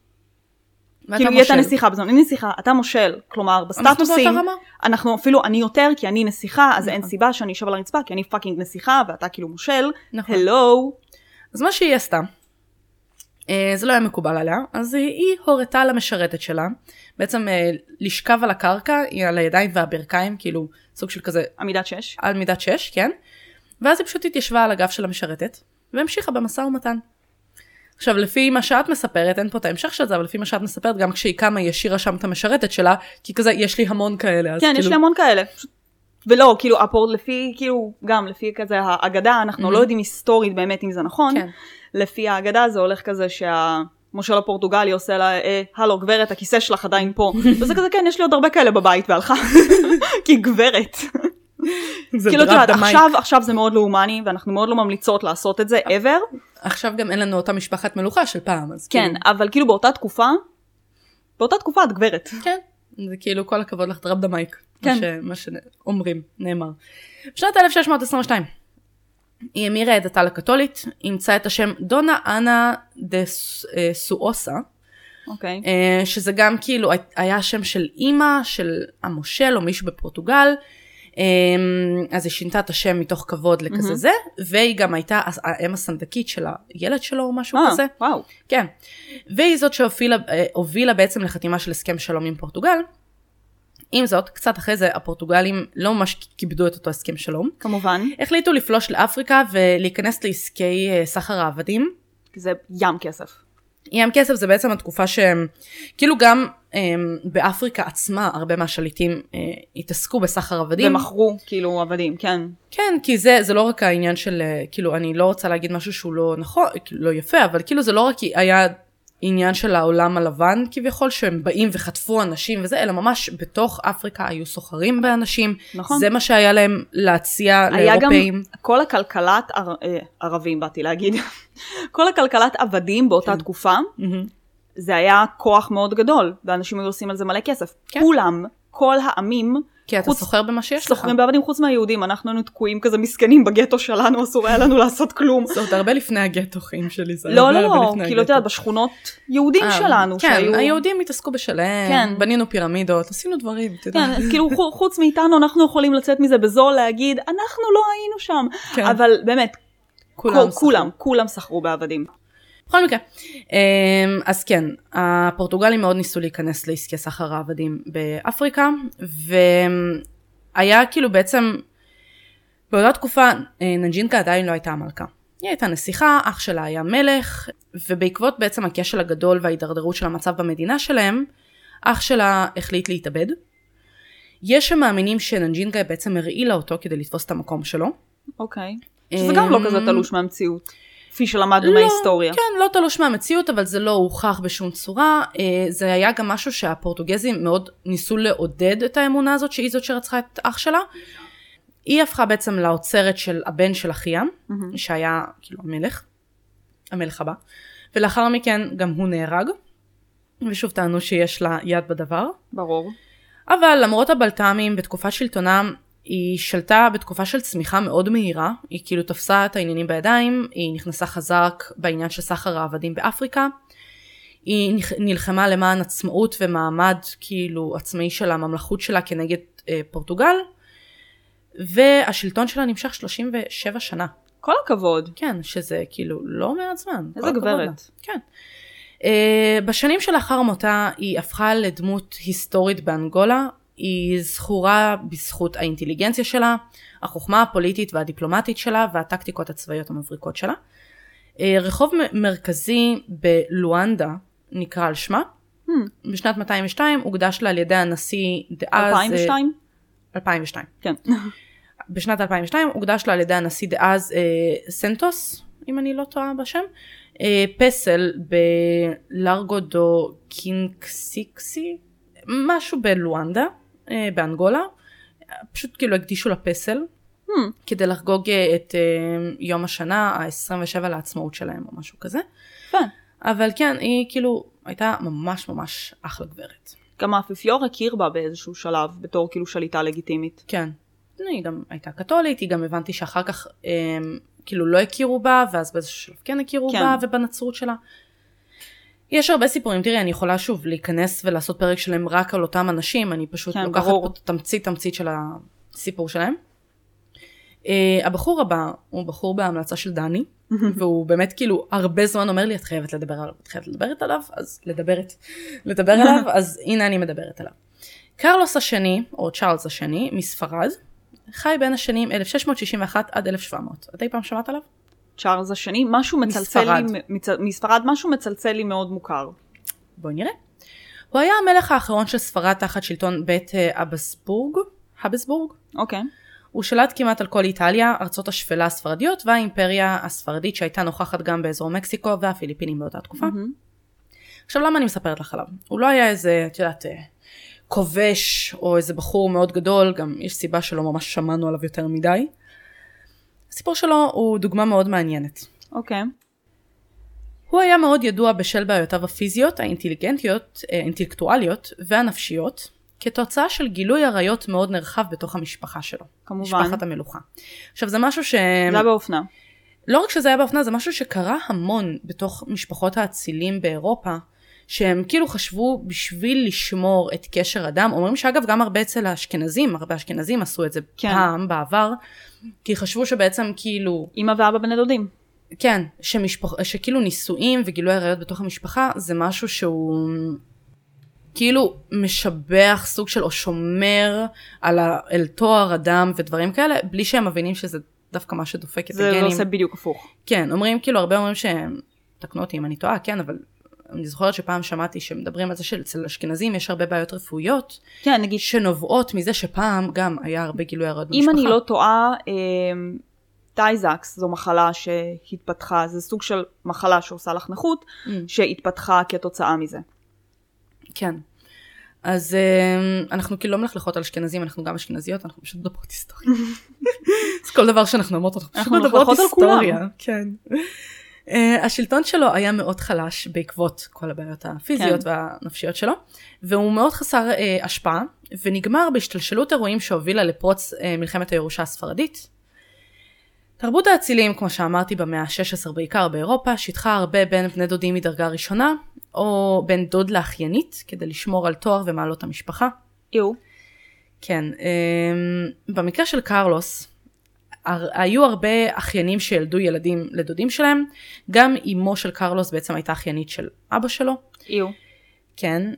כאילו היא הייתה נסיכה בזמן, אני נסיכה, אתה מושל, כלומר בסטטוסים, אנחנו אפילו, אני יותר כי אני נסיכה, אז אין סיבה שאני אשב על הרצפה, כי אני פאקינג נסיכה, ואתה כאילו מושל, הלו. אז מה שהיא עשתה, זה לא היה מקובל עליה, אז היא הורתה למשרתת שלה, בעצם לשכב על הקרקע, על הידיים והברכיים, כאילו סוג של כזה... עמידת 6. על מידת 6, כן. ואז היא פשוט התיישבה על הגב של המשרתת, והמשיכה במשא ומתן. עכשיו, לפי מה שאת מספרת, אין פה את ההמשך של זה, אבל לפי מה שאת מספרת, גם כשהיא קמה, היא השאירה שם את המשרתת שלה, כי כזה, יש לי המון כאלה. כן, יש לי המון כאלה. ולא, כאילו, לפי, כאילו, גם לפי כזה האגדה, אנחנו לא יודעים היסטורית באמת אם זה נכון. לפי האגדה זה הולך כזה שהמושל הפורטוגלי עושה לה, הלו, גברת, הכיסא שלך עדיין פה. וזה כזה, כן, יש לי עוד הרבה כאלה בבית, והלכה. כי גברת. כאילו, תראה, עכשיו זה מאוד לאומני, ואנחנו מאוד לא ממליצות לעשות את זה, ever. עכשיו גם אין לנו אותה משפחת מלוכה של פעם. כן, אבל כאילו באותה תקופה את גברת. כן, זה כאילו כל הכבוד לך דרב דמייק. מה שאומרים, נאמר. בשנת 1622, היא המירה עדתה לקתולית, אימצה את השם דונה אנה דה סואוסה, שזה גם כאילו היה השם של אימא, של המושל או מישהו בפורטוגל, אז היא שינתה את השם מתוך כבוד לכזה זה, והיא גם הייתה האם הסנדקית של הילד שלו או משהו כזה. וואו. כן. והיא זאת שהובילה בעצם לחתימה של הסכם שלום עם פורטוגל. עם זאת, קצת אחרי זה, הפורטוגלים לא ממש כיבדו את אותו הסכם שלום. כמובן. החליטו לפלוש לאפריקה ולהיכנס לעסקי סחר העבדים. זה ים כסף. ים כסף זה בעצם התקופה שהם, כאילו גם באפריקה עצמה, הרבה מהשליטים התעסקו בסחר עבדים. ומכרו כאילו עבדים, כן. כן, כי זה לא רק העניין של, כאילו אני לא רוצה להגיד משהו שהוא לא נכון, לא יפה, אבל כאילו זה לא רק היה עניין של העולם הלבן כביכול, שהם באים וחטפו אנשים וזה, אלא ממש בתוך אפריקה היו סוחרים באנשים. נכון. זה מה שהיה להם להציע לאירופאים. היה גם כל הכלכלת ערבים, באתי להגיד, כל הכלכלת עבדים באותה תקופה, זה היה כוח מאוד גדול, ואנשים היו עושים על זה מלא כסף. כולם, כל העמים, כי אתה סוחר במה שיש לך. סוחרים בעבדים חוץ מהיהודים, אנחנו היינו תקועים כזה מסכנים בגטו שלנו, אסור היה לנו לעשות כלום. זאת הרבה לפני הגטו חיים שלי. לא, כאילו אתה יודע, בשכונות יהודים שלנו. כן, היהודים התעסקו בשלם, בנינו פירמידות, עשינו דברים. כן, כאילו חוץ מאיתנו אנחנו יכולים לצאת מזה בזול להגיד, אנחנו לא היינו שם. אבל באמת, כולם סחרו בעבדים. בכל מקרה, אז כן, הפורטוגלים מאוד ניסו להיכנס לעסקי סחר העבדים באפריקה, והיה כאילו בעצם, באותה תקופה, ננג'ינקה עדיין לא הייתה המלכה. היא הייתה נסיכה, אח שלה היה מלך, ובעקבות בעצם הכשל הגדול וההידרדרות של המצב במדינה שלהם, אח שלה החליט להתאבד. יש שמאמינים שננג'ינקה בעצם הרעילה אותו כדי לתפוס את המקום שלו. אוקיי. שזה גם לא כזה תלוש מהמציאות. כפי שלמדנו מההיסטוריה. כן, לא תלוש מהמציאות, אבל זה לא הוכח בשום צורה. זה היה גם משהו שהפורטוגזים מאוד ניסו לעודד את האמונה הזאת, שהיא זאת שרצחה את אח שלה. היא הפכה בעצם לאוצרת של הבן של אחיה, שהיה כאילו המלך הבא. ולאחר מכן גם הוא נהרג. ושוב טענו שיש לה יד בדבר. ברור. אבל למרות הבלת"מים בתקופת שלטונם, היא שלטה בתקופה של צמיחה מאוד מהירה, היא כאילו תפסה את העניינים בידיים, היא נכנסה חזק בעניין של סחר העבדים באפריקה, היא נלחמה למען עצמאות ומעמד כאילו עצמאי של הממלכות שלה כנגד פורטוגל, והשלטון שלה נמשך 37 שנה. כל הכבוד. כן, שזה כאילו לא מעט זמן. איזה גברת. כן. בשנים שלאחר מותה היא הפכה לדמות היסטורית באנגולה, היא זכורה בזכות האינטליגנציה שלה, החוכמה הפוליטית והדיפלומטית שלה והטקטיקות הצבאיות המבריקות שלה. רחוב מרכזי בלואנדה נקרא על שמה. בשנת 202 הוקדש לה על ידי הנשיא דאז... 2002? 2002. כן. בשנת 2002 הוקדש לה על ידי הנשיא דאז סנטוס, אם אני לא טועה בשם, פסל בלארגו דו קינקסיקסי, משהו בלואנדה, באנגולה, פשוט כאילו הקדישו לפסל, כדי לחגוג את יום השנה ה-27 לעצמאות שלהם או משהו כזה. אבל כן, היא כאילו הייתה ממש ממש אחלה גברת. גם האפיפיור הכיר בה באיזשהו שלב, בתור כאילו שליטה לגיטימית. כן. היא גם הייתה קתולית, היא גם הבנתי שאחר כך כאילו לא הכירו בה, ואז באיזשהו שלב כן הכירו בה ובנצרות שלה. יש הרבה סיפורים, תראי, אני יכולה שוב להיכנס ולעשות פרק שלהם רק על אותם אנשים, אני פשוט לוקחת פה תמצית של הסיפור שלהם. הבחור הבא הוא בחור בהמלצה של דני, והוא באמת כאילו הרבה זמן אומר לי, את חייבת לדבר עליו, את חייבת לדברת עליו, אז לדבר עליו, אז הנה אני מדברת עליו. קרלוס השני, או צ'ארלס השני, מספרד, חי בין השנים 1661 עד 1700. את אי פעם שמעת עליו? צ'ארלס השני, משהו מצלצל לי, מספרד, משהו מצלצל לי מאוד מוכר. בואי נראה. הוא היה המלך האחרון של ספרד תחת שלטון בית הבסבורג. אוקיי. הוא שלט כמעט על כל איטליה, ארצות השפלה הספרדיות והאימפריה הספרדית שהייתה נוכחת גם באזור מקסיקו והפיליפינים באותה תקופה. עכשיו למה אני מספרת לך עליו? הוא לא היה איזה, את יודעת, כובש או איזה בחור מאוד גדול, גם יש סיבה שלא ממש שמענו עליו יותר מדי. הסיפור שלו הוא דוגמה מאוד מעניינת. אוקיי. הוא היה מאוד ידוע בשל בעיותיו הפיזיות, האינטלקטואליות והנפשיות, כתוצאה של גילוי עריות מאוד נרחב בתוך המשפחה שלו. כמובן. משפחת המלוכה. עכשיו זה משהו זה היה באופנה. לא רק שזה היה באופנה, זה משהו שקרה המון בתוך משפחות האצילים באירופה, שהם כאילו חשבו בשביל לשמור את קשר אדם, אומרים שאגב גם הרבה אצל האשכנזים, הרבה אשכנזים עשו את זה פעם בעבר, כי חשבו שבעצם כאילו... אמא ואבא בני דודים. כן, שכאילו נישואים וגילוי עריות בתוך המשפחה, זה משהו שהוא כאילו משבח סוג של או שומר אל תואר אדם ודברים כאלה, בלי שהם מבינים שזה דווקא מה שדופק את הגנים. זה לא עושה בדיוק הפוך. כן, אומרים כאילו, הרבה אומרים שהם, תקנו אותי אם אני טועה, כן, אבל אני זוכרת שפעם שמעתי שמדברים על זה שאצל אשכנזים יש הרבה בעיות רפואיות, כן, נגיד, שנובעות מזה שפעם גם היה הרבה גילוי עריות במשפחה. אם אני לא טועה, טייזקס זו מחלה שהתפתחה, זה סוג של מחלה שעושה לך נכות, שהתפתחה כתוצאה מזה. כן. אז אנחנו כאילו לא מלכלכות על אשכנזים, אנחנו גם אשכנזיות, אנחנו פשוט מדברות היסטוריה. אז כל דבר שאנחנו אומרות, אנחנו פשוט מדברות היסטוריה. כן. השלטון שלו היה מאוד חלש בעקבות כל הבעיות הפיזיות והנפשיות שלו, והוא מאוד חסר השפעה, ונגמר בהשתלשלות אירועים שהובילה לפרוץ מלחמת הירושה הספרדית. תרבות האצילים, כמו שאמרתי, במאה ה-16 בעיקר באירופה, שיתחה הרבה בין בני דודים מדרגה ראשונה, או בין דוד לאחיינית, כדי לשמור על תואר ומעלות המשפחה. כן. במקרה של קרלוס, היו הרבה אחיינים שילדו ילדים לדודים שלהם, גם אמו של קרלוס בעצם הייתה אחיינית של אבא שלו. כן.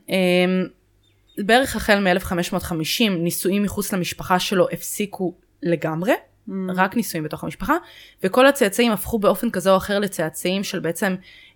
בערך החל מ-1550 נישואים מחוץ למשפחה שלו הפסיקו לגמרי, רק נישואים בתוך המשפחה, וכל הצאצאים הפכו באופן כזה או אחר לצאצאים של בעצם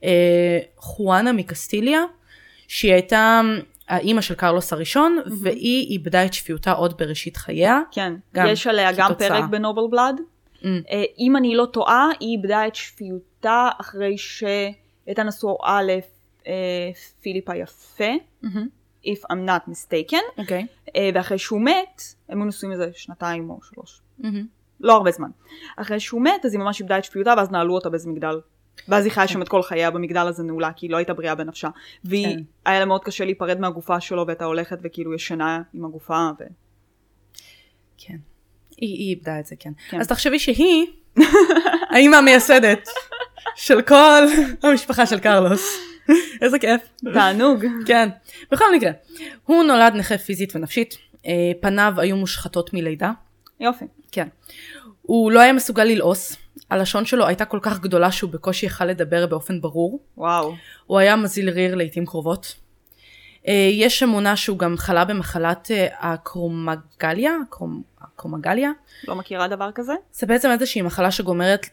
חואנה מקסטיליה, שהיא הייתה האימא של קרלוס הראשון, והיא איבדה את שפיותה עוד בראשית חייה. כן, יש עליה גם פרק בנובל בלאד. אם אני לא טועה, היא איבדה את שפיותה אחרי שהייתה נשואה לפיליפ היפה, if I'm not mistaken, ואחרי שהוא מת, הם היו נשואים איזה 2 או 3. לא הרבה זמן. אחרי שהוא מת, אז היא ממש איבדה את שפיותה, ואז נעלו אותה באיזה מגדל ואז היא חיה שם את כל חייה במגדל הזה נעולה, כי היא לא הייתה בריאה בנפשה. והיא, היה לה מאוד קשה להיפרד מהגופה שלו, והייתה הולכת וכאילו ישנה עם הגופה. כן. היא איבדה את זה, כן. אז תחשבי שהיא, האמא המייסדת של כל המשפחה של קרלוס. איזה כיף. תענוג. כן. בכל מקרה, הוא נולד נכה פיזית ונפשית, פניו היו מושחתות מלידה. יופי. כן. הוא לא היה מסוגל ללעוס, הלשון שלו הייתה כל כך גדולה שהוא בקושי יכל לדבר באופן ברור. וואו. הוא היה מזיל ריר לעתים קרובות. יש אמונה שהוא גם חלה במחלת הקרומגליה, לא מכירה דבר כזה? זה בעצם איזושהי מחלה שגורמת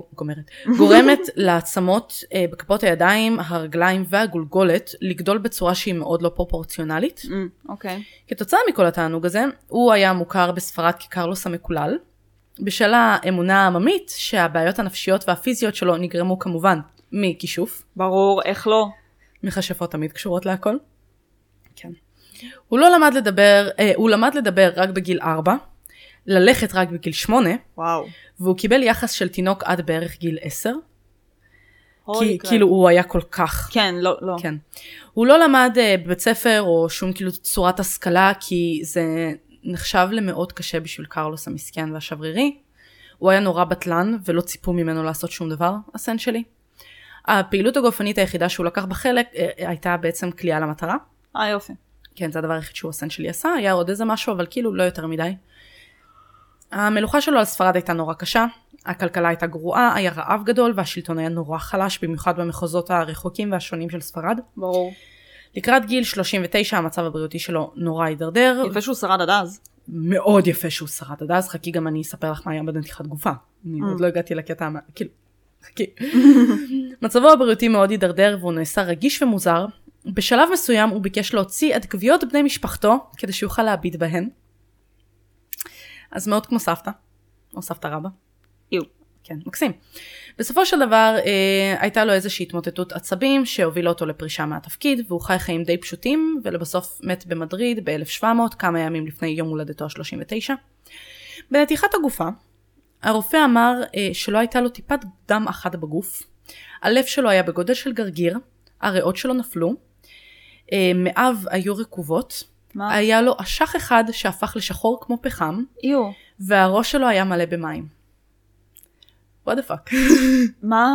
לעצמות בכפות הידיים, הרגליים והגולגולת לגדול בצורה שהיא מאוד לא פרופורציונלית. אוקיי. כתוצאה מכל התענוג הזה, הוא היה מוכר בספרד כקרלוס המקולל, בשל האמונה העממית שהבעיות הנפשיות והפיזיות שלו נגרמו כמובן מכישוף. ברור, איך לא? מכשפות תמיד קשורות להכל. כן. הוא למד לדבר רק בגיל 4, ללכת רק בגיל 8, וואו. והוא קיבל יחס של תינוק עד בערך גיל 10. כי כאילו הוא היה כל כך. כן, לא. כן. הוא לא למד בבית ספר או שום כאילו צורת השכלה, כי זה נחשב למאוד קשה בשביל קרלוס המסכן והשברירי. הוא היה נורא בטלן ולא ציפו ממנו לעשות שום דבר, הסן שלי. הפעילות הגופנית היחידה שהוא לקח בחלק הייתה בעצם כליאה למטרה. יופי. כן, זה הדבר היחיד שהוא הסן שלי עשה, היה עוד איזה משהו, אבל כאילו לא יותר מדי. המלוכה שלו על ספרד הייתה נורא קשה, הכלכלה הייתה גרועה, היה רעב גדול, והשלטון היה נורא חלש, במיוחד במחוזות הרחוקים והשונים של ספרד. ברור. לקראת גיל 39, המצב הבריאותי שלו נורא הידרדר. יפה שהוא שרד עד אז. מאוד יפה שהוא שרד עד אז, חכי גם אני אספר לך מה היה בנתיחת גופה. אני עוד לא הגעתי לקטע, כאילו, חכי. מצבו הבריאותי מאוד הידרדר, והוא נעשה רגיש ומוזר. בשלב מסוים הוא ביקש להוציא את גוויות בני משפחתו, כדי שיוכל להביט בהן. אז מאוד כמו סבתא, או סבתא רבא. כן, מקסים. בסופו של דבר, הייתה לו איזושהי התמוטטות עצבים, שהובילה אותו לפרישה מהתפקיד, והוא חי חיים די פשוטים, ולבסוף מת במדריד ב-1700, כמה ימים לפני יום הולדתו ה-39. בנתיחת הגופה, הרופא אמר שלא הייתה לו טיפת דם אחת בגוף, הלב שלו היה בגודל של גרגיר, הריאות שלו נפלו, מאב היו רקובות, היה לו אשך אחד שהפך לשחור כמו פחם, והראש שלו היה מלא במים. What the fuck? מה?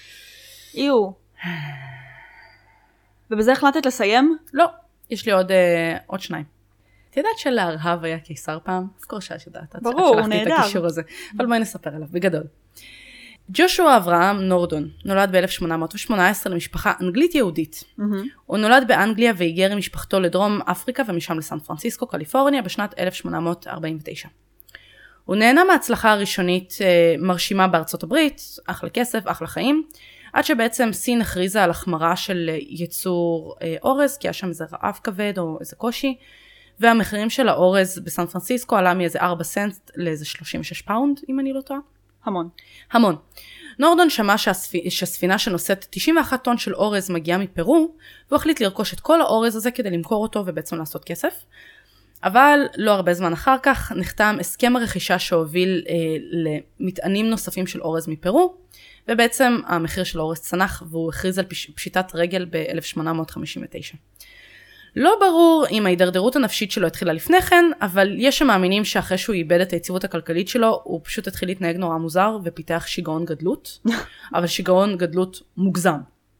ובזה החלטת לסיים? לא, יש לי עוד שניים. את יודעת שלארהב היה קיסר פעם? אפקורשה שדעת. ברור, הוא נהדר. את הקישור הזה. אבל בואי נספר עליו, בגדול. ג'ושוע אברהם נורדון נולד ב-1818 למשפחה אנגלית יהודית. הוא נולד באנגליה והיגר עם משפחתו לדרום אפריקה ומשם לסן פרנסיסקו, קליפורניה, בשנת 1849. הוא נהנה מההצלחה הראשונית מרשימה בארצות הברית, אחלה כסף, אחלה חיים, עד שבעצם סין הכריזה על החמרה של ייצור אורז, כי היה שם איזה רעב כבד או איזה קושי, והמחירים של האורז בסן פרנסיסקו עלה מאיזה 4 סנט לאיזה 36 פאונד, אם אני לא טועה. המון. נורדון שמע שהספינה שנושאת 91 טון של אורז מגיעה מפרו, והוא החליט לרכוש את כל האורז הזה כדי למכור אותו ובעצם לעשות כסף. אבל לא הרבה זמן אחר כך נחתם הסכם הרכישה שהוביל למטענים נוספים של אורז מפרו, ובעצם המחיר של האורז צנח והוא הכריז על פשיטת רגל ב-1859. לא ברור אם ההידרדרות הנפשית שלו התחילה לפני כן, אבל יש שמאמינים שאחרי שהוא איבד את היציבות הכלכלית שלו, הוא פשוט התחיל להתנהג נורא מוזר ופיתח שיגעון גדלות, אבל שיגעון גדלות מוגזם.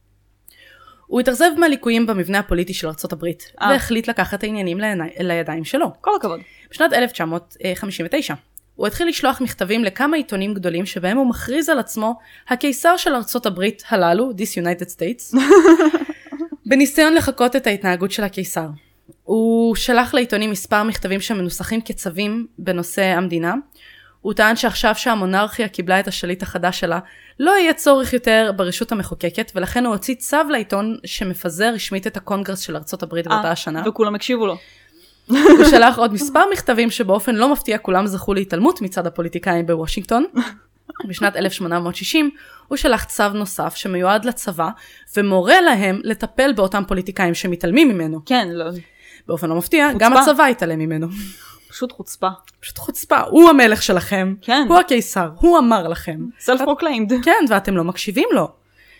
הוא התאכזב מהליקויים במבנה הפוליטי של ארצות הברית, והחליט לקחת העניינים לידיים שלו. כל הכבוד. בשנת 1959, הוא התחיל לשלוח מכתבים לכמה עיתונים גדולים, שבהם הוא מכריז על עצמו הקיסר של ארצות הברית הללו, This United States, בניסיון לחקות את ההתנהגות של הקיסר. הוא שלח לעיתונים מספר מכתבים שמנוסחים כצווים בנושא המדינה. הוא טען שעכשיו שהמונרכיה קיבלה את השליט החדש שלה, לא יהיה צורך יותר ברשות המחוקקת, ולכן הוא הוציא צו לעיתון שמפזר רשמית את הקונגרס של ארצות הברית באותה השנה. וכולם הקשיבו לו. הוא שלח עוד מספר מכתבים שבאופן לא מפתיע כולם זכו להתעלמות מצד הפוליטיקאים בוושינגטון. בשנת 1860 הוא שלח צו נוסף שמיועד לצבא, ומורה להם לטפל באותם פוליטיקאים שמתעלמים ממנו. כן, לא. באופן לא מפתיע, גם הצבא התעלם ממנו. פשוט חוצפה. פשוט חוצפה, הוא המלך שלכם, כן. הוא הקיסר, הוא אמר לכם. Self-proclaimed. כן, ואתם לא מקשיבים לו.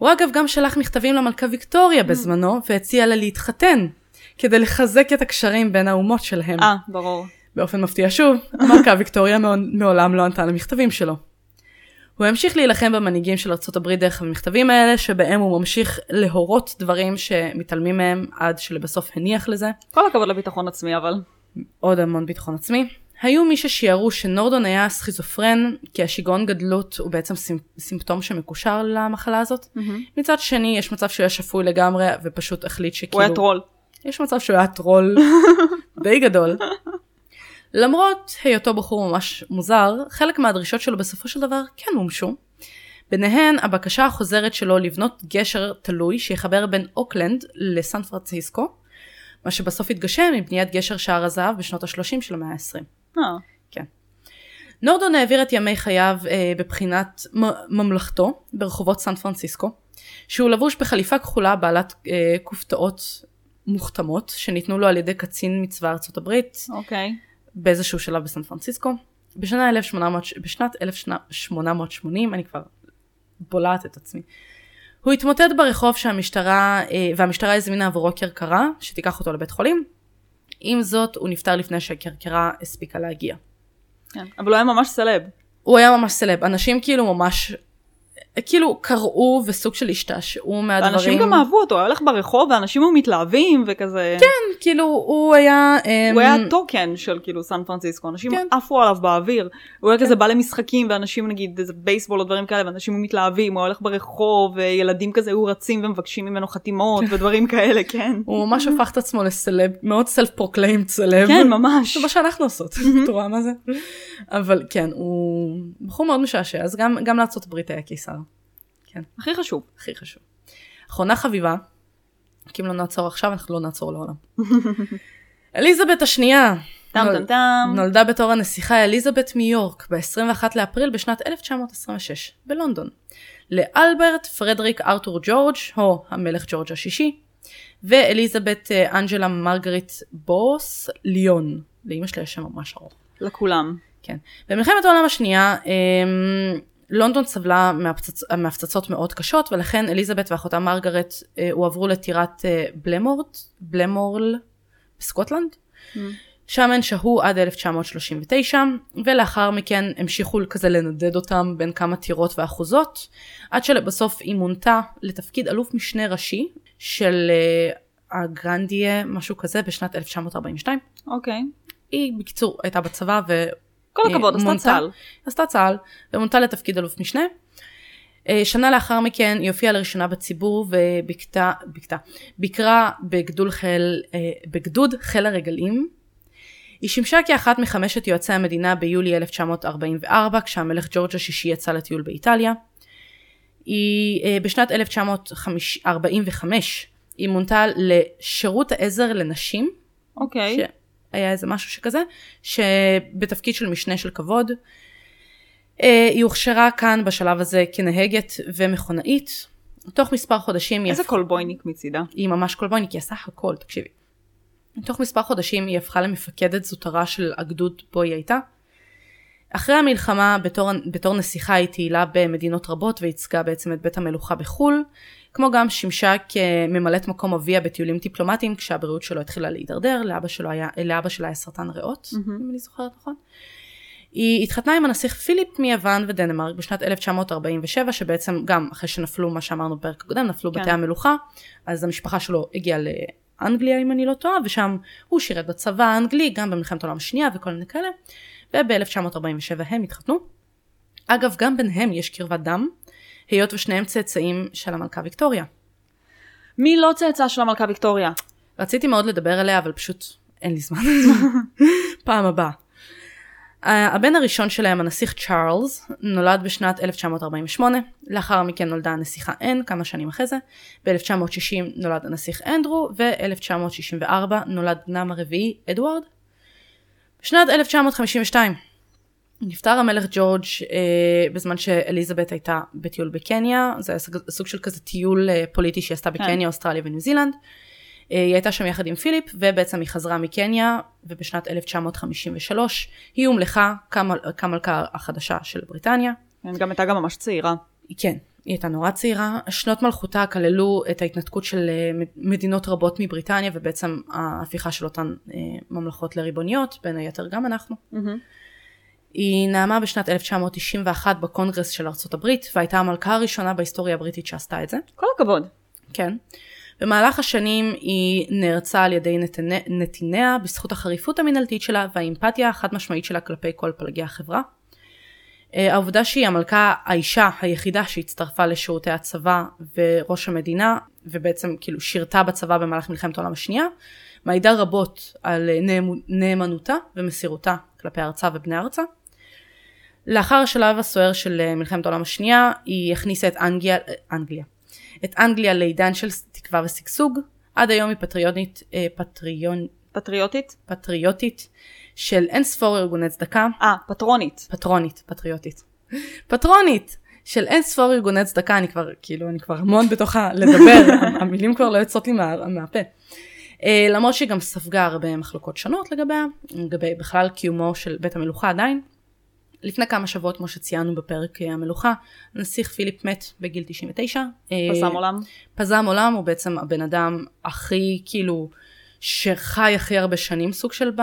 הוא אגב גם שלח מכתבים למלכה ויקטוריה בזמנו, והציע לה להתחתן, כדי לחזק את הקשרים בין האומות שלהם. ברור. באופן מפתיע שוב, המלכה ויקטוריה מעולם לא ענתה למכתבים שלו. הוא המשיך להילחם במנהיגים של ארצות הברית דרך המכתבים האלה, שבהם הוא ממשיך להורות דברים שמתעלמים מהם עד שלבסוף הניח לזה. כל הכבוד לביטחון עצמי, אבל. עוד המון ביטחון עצמי. היו מי ששיערו שנורדון היה סכיזופרן, כי השיגעון גדלות הוא בעצם סימפטום שמקושר למחלה הזאת. מצד שני, יש מצב שהוא היה שפוי לגמרי, ופשוט החליט שכאילו... הוא היה טרול. יש מצב שהוא היה טרול די גדול. למרות היותו בחור ממש מוזר, חלק מהדרישות שלו בסופו של דבר כן מומשו. ביניהן, הבקשה החוזרת שלו לבנות גשר תלוי שיחבר בין אוקלנד לסן פרנסיסקו, מה שבסוף התגשם מבניית גשר שער הזהב בשנות ה-30 של המאה ה-20. כן. נורדון העביר את ימי חייו בבחינת ממלכתו ברחובות סן פרנסיסקו, שהוא לבוש בחליפה כחולה בעלת כופתאות מוכתמות, שניתנו לו על ידי קצין מצבא ארצות הברית. אוקיי. באיזשהו שלב בסן פרנסיסקו. בשנת 1880, אני כבר בולעת את עצמי, הוא התמוטט ברחוב והמשטרה הזמינה עבורו קרקרה, שתיקח אותו לבית חולים. עם זאת, הוא נפטר לפני שהקרקרה הספיקה להגיע. כן, אבל הוא היה ממש סלב. הוא היה ממש סלב. אנשים כאילו קראו וסוג של השתעשעו מהדברים. אנשים גם אהבו אותו, הוא הולך ברחוב ואנשים הוא מתלהבים וכזה. כן, כאילו הוא היה... הוא היה טוקן של כאילו סן פרנסיסקו, אנשים עפו עליו באוויר. הוא היה כזה בא למשחקים ואנשים נגיד איזה בייסבול או דברים כאלה, ואנשים הוא מתלהבים, הוא הולך ברחוב וילדים כזה הוא רצים ומבקשים ממנו חתימות ודברים כאלה, כן. הוא ממש הפך את עצמו לסלב, מאוד סלף פרוקליימד סלב. כן, ממש. זה מה שאנחנו עושות, אתה רואה מה זה? אבל כן, הוא בחור מאוד משעשע, אז גם לארצות הברית היה קיסר. כן. הכי חשוב. הכי חשוב. אחרונה חביבה, כי אם לא נעצור עכשיו, אנחנו לא נעצור לעולם. אליזבת השנייה. נולדה בתור הנסיכה אליזבת מיורק, ב-21 לאפריל בשנת 1926, בלונדון. לאלברט פרדריק ארתור ג'ורג', או המלך ג'ורג' השישי, ואליזבת אנג'לה מרגריט בוס ליון. לאמא שלי יש שם ממש ארוך. לכולם. כן. במלחמת העולם השנייה, לונדון סבלה מהפצצות מאוד קשות, ולכן אליזבת ואחותה מרגרט הועברו לטירת בלמורל בסקוטלנד. שם הן שהו עד 1939, ולאחר מכן המשיכו כזה לנדד אותם בין כמה טירות ואחוזות, עד שלבסוף היא מונתה לתפקיד אלוף משנה ראשי של הגרנדיה, משהו כזה, בשנת 1942. אוקיי. היא בקיצור הייתה בצבא כל הכבוד, עשתה צהל, ומונתה לתפקיד אלוף משנה. שנה לאחר מכן היא הופיעה לראשונה בציבור וביקרה בגדוד חיל הרגלים. היא שימשה כאחת מחמשת יועצי המדינה ביולי 1944, כשהמלך ג'ורג' השישי יצא לטיול באיטליה. בשנת 1945 היא מונתה לשירות העזר לנשים. אוקיי. היה איזה משהו שכזה, שבתפקיד של משנה של כבוד. היא הוכשרה כאן בשלב הזה כנהגת ומכונאית. תוך מספר חודשים... איזה קולבויניק מצידה. היא ממש קולבויניק, היא עשה הכל, תקשיבי. תוך מספר חודשים היא הפכה למפקדת זוטרה של הגדוד בו היא הייתה. אחרי המלחמה, בתור נסיכה היא תהילה במדינות רבות, והצגה בעצם את בית המלוכה בחול, כמו גם שימשה כממלאת מקום אביה בטיולים דיפלומטיים, כשהבריאות שלו התחילה להידרדר, לאבא שלה היה סרטן ריאות, אם אני זוכרת נכון. היא התחתנה עם הנסיך פיליפ מיוון ודנמרק בשנת 1947, שבעצם גם אחרי שנפלו מה שאמרנו בפרק הקודם, נפלו בתי המלוכה, אז המשפחה שלו הגיעה לאנגליה, אם אני לא טועה, ושם הוא שירת בצבא האנגלי, גם במלחמת העולם השנייה וכל מיני כאלה, וב-1947 הם התחתנו. אגב, גם ביניהם יש קרבת דם, היות ושניהם צאצאים של המלכה ויקטוריה. מי לא צאצא של המלכה ויקטוריה? רציתי מאוד לדבר עליה, אבל פשוט אין לי זמן. פעם הבאה. הבן הראשון שלהם, הנסיך צ'ארלס, נולד בשנת 1948, לאחר מכן נולדה הנסיכה אן, כמה שנים אחרי זה, ב-1960 נולד הנסיך אנדרו, ו-1964 נולד בנם הרביעי, אדוארד. בשנת 1952, נפטר המלך ג'ורג' בזמן שאליזבת הייתה בטיול בקניה, זה היה סוג של כזה טיול פוליטי שעשתה בקניה, אוסטרליה וניו זילנד. היא הייתה שם יחד עם פיליפ, ובעצם היא חזרה מקניה, ובשנת 1953 היא הומלכה כמלכה החדשה של בריטניה. גם הייתה גם ממש צעירה. כן, היא הייתה נורא צעירה. שנות מלכותה כללו את ההתנתקות של מדינות רבות מבריטניה, ובעצם ההפיכה של אותן ממלכות לריבוניות, בין היתר גם אנחנו. היא נאמה בשנת 1991 בקונגרס של ארצות הברית, והייתה המלכה הראשונה בהיסטוריה הבריטית שעשתה את זה. כל הכבוד. כן. במהלך השנים היא נערצה על ידי נתיניה בזכות החריפות המנהלתית שלה והאמפתיה החד משמעית שלה כלפי כל פלגי החברה. העובדה שהיא המלכה האישה היחידה שהצטרפה לשירותי הצבא וראש המדינה, ובעצם כאילו שירתה בצבא במהלך מלחמת העולם השנייה, מעידה רבות על נאמנותה ומסירותה כלפי ארצה ובני ארצה. לאחר השלב הסוער של מלחמת העולם השנייה, היא הכניסה את אנגליה לעידן של תקווה ושגשוג. עד היום היא פטריוטית של אין ספור ארגוני צדקה. פטרונית של אין ספור ארגוני צדקה. אני כבר המון בתוך לדבר, המילים כבר לא יוצאות לי מהפה. למרות שהיא גם ספגה הרבה מחלוקות שונות לגבי בכלל קיומו של בית המלוכה עדיין. לפני כמה שבועות, כמו שציינו בפרק המלוכה, הנסיך פיליפ מת בגיל 99. פזם עולם, הוא בעצם הבן אדם הכי, כאילו, שחי הכי הרבה שנים, סוג של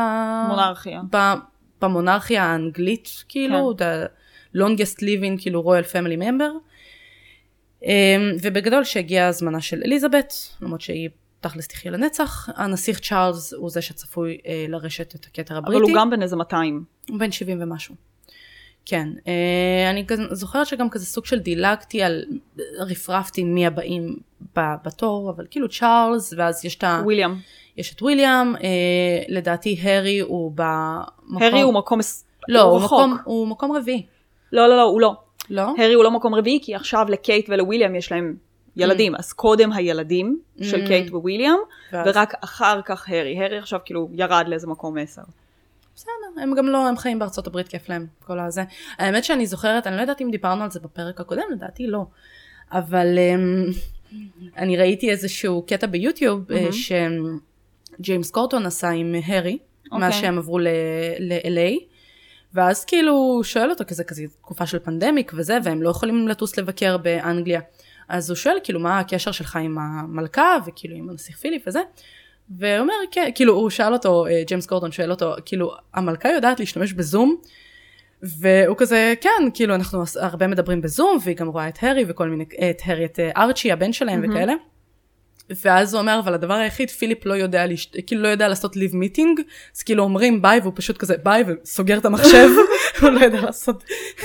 במונרכיה האנגלית, כאילו, the longest living, כאילו, royal family member. ובגדול שהגיעה הזמנה של אליזבת, למרות שהיא תכלס תחיה לנצח, הנסיך צ'ארלס הוא זה שצפוי לרשת את הכתר הבריטי. אבל הוא גם בן איזה 200. הוא בן 70 ומשהו. כן, אני זוכרת שגם כזה סוג של דילגתי על רפרפתי מי הבאים בתור, אבל כאילו צ'ארלס, ואז יש את וויליאם, לדעתי הרי הוא במקום... הרי הוא מקום... לא, הוא מקום רביעי. לא, הוא לא. לא? הרי הוא לא מקום רביעי, כי עכשיו לקייט ולוויליאם יש להם ילדים, אז קודם הילדים של קייט וויליאם, ורק אחר כך הרי עכשיו כאילו ירד לאיזה מקום 10. בסדר, הם גם לא, הם חיים בארצות הברית, כיף להם, כל הזה. האמת שאני זוכרת, אני לא יודעת אם דיברנו על זה בפרק הקודם, לדעתי לא. אבל אני ראיתי איזשהו קטע ביוטיוב, שג'יימס קורטון עשה עם הרי, מאז שהם עברו ל-LA, ואז כאילו שואל אותו, כזה תקופה של פנדמיק וזה, והם לא יכולים לטוס לבקר באנגליה. אז הוא שואל, כאילו, מה הקשר שלך עם המלכה, וכאילו עם הנסיך פיליפ וזה, והוא אומר, כן, כאילו, הוא שאל אותו, ג'יימס קורדון שואל אותו, כאילו, המלכה יודעת להשתמש בזום, והוא כזה, כן, כאילו, אנחנו הרבה מדברים בזום, והיא גם רואה את הרי, את ארצ'י, הבן שלהם וכאלה, ואז הוא אומר, אבל הדבר היחיד, פיליפ לא יודע, כאילו, לא יודע לעשות ליב מיטינג, אז כאילו, אומרים ביי, והוא פשוט כזה, ביי, וסוגר את המחשב, הוא לא יודע לעשות,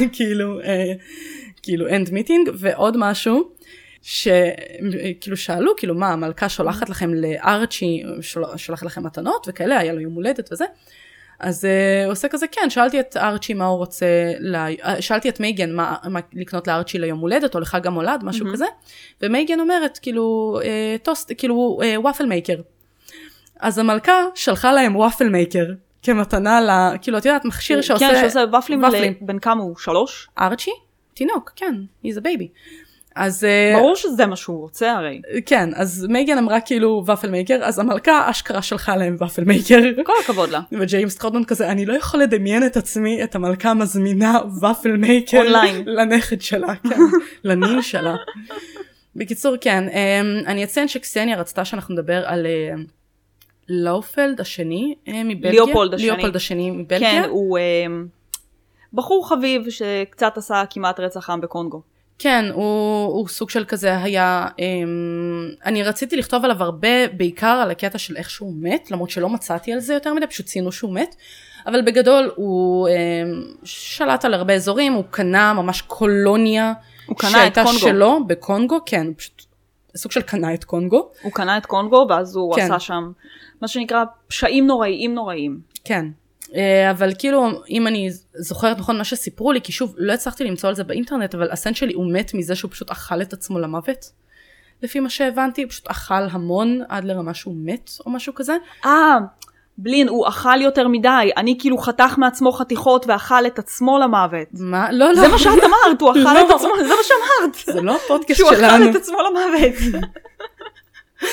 כאילו, end meeting, ועוד משהו, שכאילו שאלו, כאילו מה, המלכה שולחת לכם לארצ'י, שולחת לכם מתנות וכאלה, היה לו יום הולדת וזה, אז הוא עושה כזה, כן, שאלתי את ארצ'י מה הוא רוצה, שאלתי את מייגן מה לקנות לארצ'י ליום הולדת, או לחג המולד, משהו כזה, ומייגן אומרת, כאילו, טוסט, כאילו, וואפל מייקר. אז המלכה שלחה להם וואפל מייקר, כמתנה כאילו, את יודעת, מכשיר שעושה... כן, שעושה וואפלים, בין כמה הוא? 3? ארצ'י? תינוק, כן, he's a baby. אז ברור שזה מה שהוא רוצה הרי. כן, אז מייגן אמרה כאילו וואפל מייקר, אז המלכה אשכרה שלחה להם וואפל מייקר. כל הכבוד לה. וג'יימס קורדון כזה, אני לא יכול לדמיין את עצמי, את המלכה מזמינה וואפל מייקר לנכד שלה, כן, לנין שלה. בקיצור, כן, אני אציין שקסניה רצתה שאנחנו נדבר על לאופלד השני מבלגיה. ליאופולד השני מבלגיה. כן, הוא בחור חביב שקצת עשה כמעט רצח עם בקונגו. כן, הוא סוג של כזה היה, אני רציתי לכתוב עליו הרבה, בעיקר על הקטע של איך שהוא מת, למרות שלא מצאתי על זה יותר מדי, פשוט ציינו שהוא מת, אבל בגדול הוא שלט על הרבה אזורים, הוא קנה ממש קולוניה, שהייתה שלו בקונגו, כן, פשוט סוג של קנה את קונגו. הוא קנה את קונגו, ואז הוא עשה שם, מה שנקרא, פשעים נוראיים. כן. אבל כאילו, אם אני זוכרת נכון מה שסיפרו לי, כי שוב, לא הצלחתי למצוא על זה באינטרנט, אבל הסן שלי הוא מת מזה שהוא פשוט אכל את עצמו למוות. לפי מה שהבנתי, הוא פשוט אכל המון עד לרמה שהוא מת או משהו כזה. בלין, הוא אכל יותר מדי. אני כאילו חתך מעצמו חתיכות ואכל את עצמו למוות. מה? לא. זה מה שאת אמרת, הוא אכל את עצמו, זה מה שאמרת. זה לא הפודקאסט שלנו. שהוא אכל את עצמו למוות.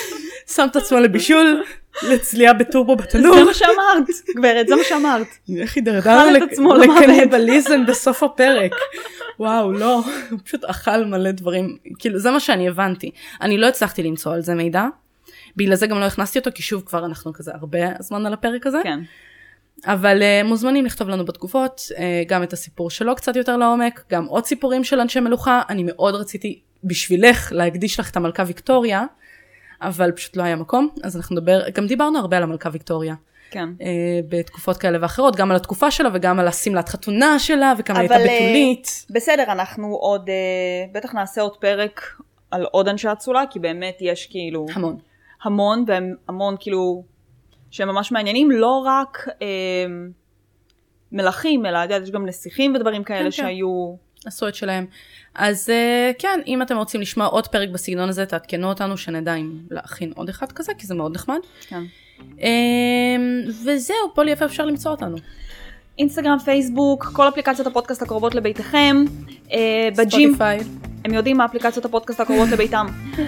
שם את עצמו לבישול, לצלייה בטורבו בתנור. זה מה שאמרת, גברת, זה מה שאמרת. איך היא דרדרנו לקניבליזם בסוף הפרק. וואו, לא, הוא פשוט אכל מלא דברים, כאילו זה מה שאני הבנתי. אני לא הצלחתי למצוא על זה מידע, בגלל זה גם לא הכנסתי אותו, כי שוב כבר אנחנו כזה הרבה זמן על הפרק הזה. כן. אבל מוזמנים לכתוב לנו בתגובות, גם את הסיפור שלו קצת יותר לעומק, גם עוד סיפורים של אנשי מלוכה, אני מאוד רציתי בשבילך להקדיש לך את המלכה ויקטוריה, אבל פשוט לא היה מקום, אז אנחנו גם דיברנו הרבה על המלכה ויקטוריה. כן. בתקופות כאלה ואחרות, גם על התקופה שלה וגם על הסמלת חתונה שלה, וכמה הייתה בתולית. בסדר, אנחנו עוד, בטח נעשה עוד פרק על עוד אנשי אצולה, כי באמת יש כאילו... המון, והם המון כאילו, שהם ממש מעניינים, לא רק מלכים, אלא יש גם נסיכים ודברים כאלה כן, שהיו... עשו את שלהם. אז כן, אם אתם רוצים לשמוע עוד פרק בסגנון הזה, תעדכנו אותנו שנדע אם להכין עוד אחד כזה, כי זה מאוד נחמד. כן. וזהו, פה לי איפה אפשר למצוא אותנו. אינסטגרם, פייסבוק, כל אפליקציות הפודקאסט הקרובות לביתכם. ספוטיפיי. הם יודעים מה אפליקציות הפודקאסט הקרובות לביתם.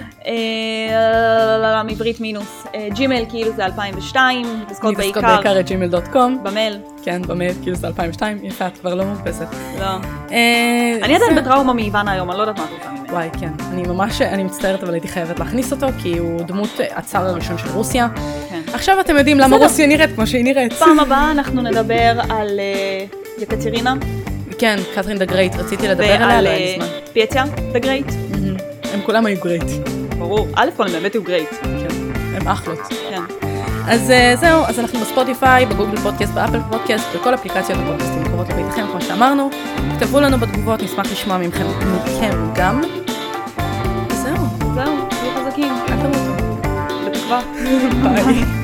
עברית מינוס. ג'ימייל כאילו זה 2002, מתעסקות בעיקר את gmail.com. במייל. כן, במייל כאילו זה 2002, יפה, את כבר לא מודפסת. לא. אני עדיין בטראומה מאיוונה היום, אני לא יודעת מה את רוצה ממנו. וואי, כן. אני מצטערת, אבל הייתי חייבת להכניס אותו, כי הוא דמות הצאר הראשון של רוסיה. עכשיו אתם יודעים למה רוסיה נראית כמו שהיא נראית. פעם הבאה אנחנו נדבר על יקטרינה. כן, קתרין דה גרייט, רציתי לדבר עליה לא היה זמן. פיאציה דה גרייט. הם כולם היו גרייט. ברור, א' כל הם באמת היו גרייט. כן, הם אחלות. כן. אז זהו, אז אנחנו בספוטיפיי, בגוגל פודקאסט, באפל פודקאסט, בכל אפליקציות הפודקאסטים הקרובות לביתכם, כמו שאמרנו. כתבו לנו בתגובות, נשמח לשמוע מכם גם. זהו. תהיו חזקים. אל תמותו. בתקווה. ביי.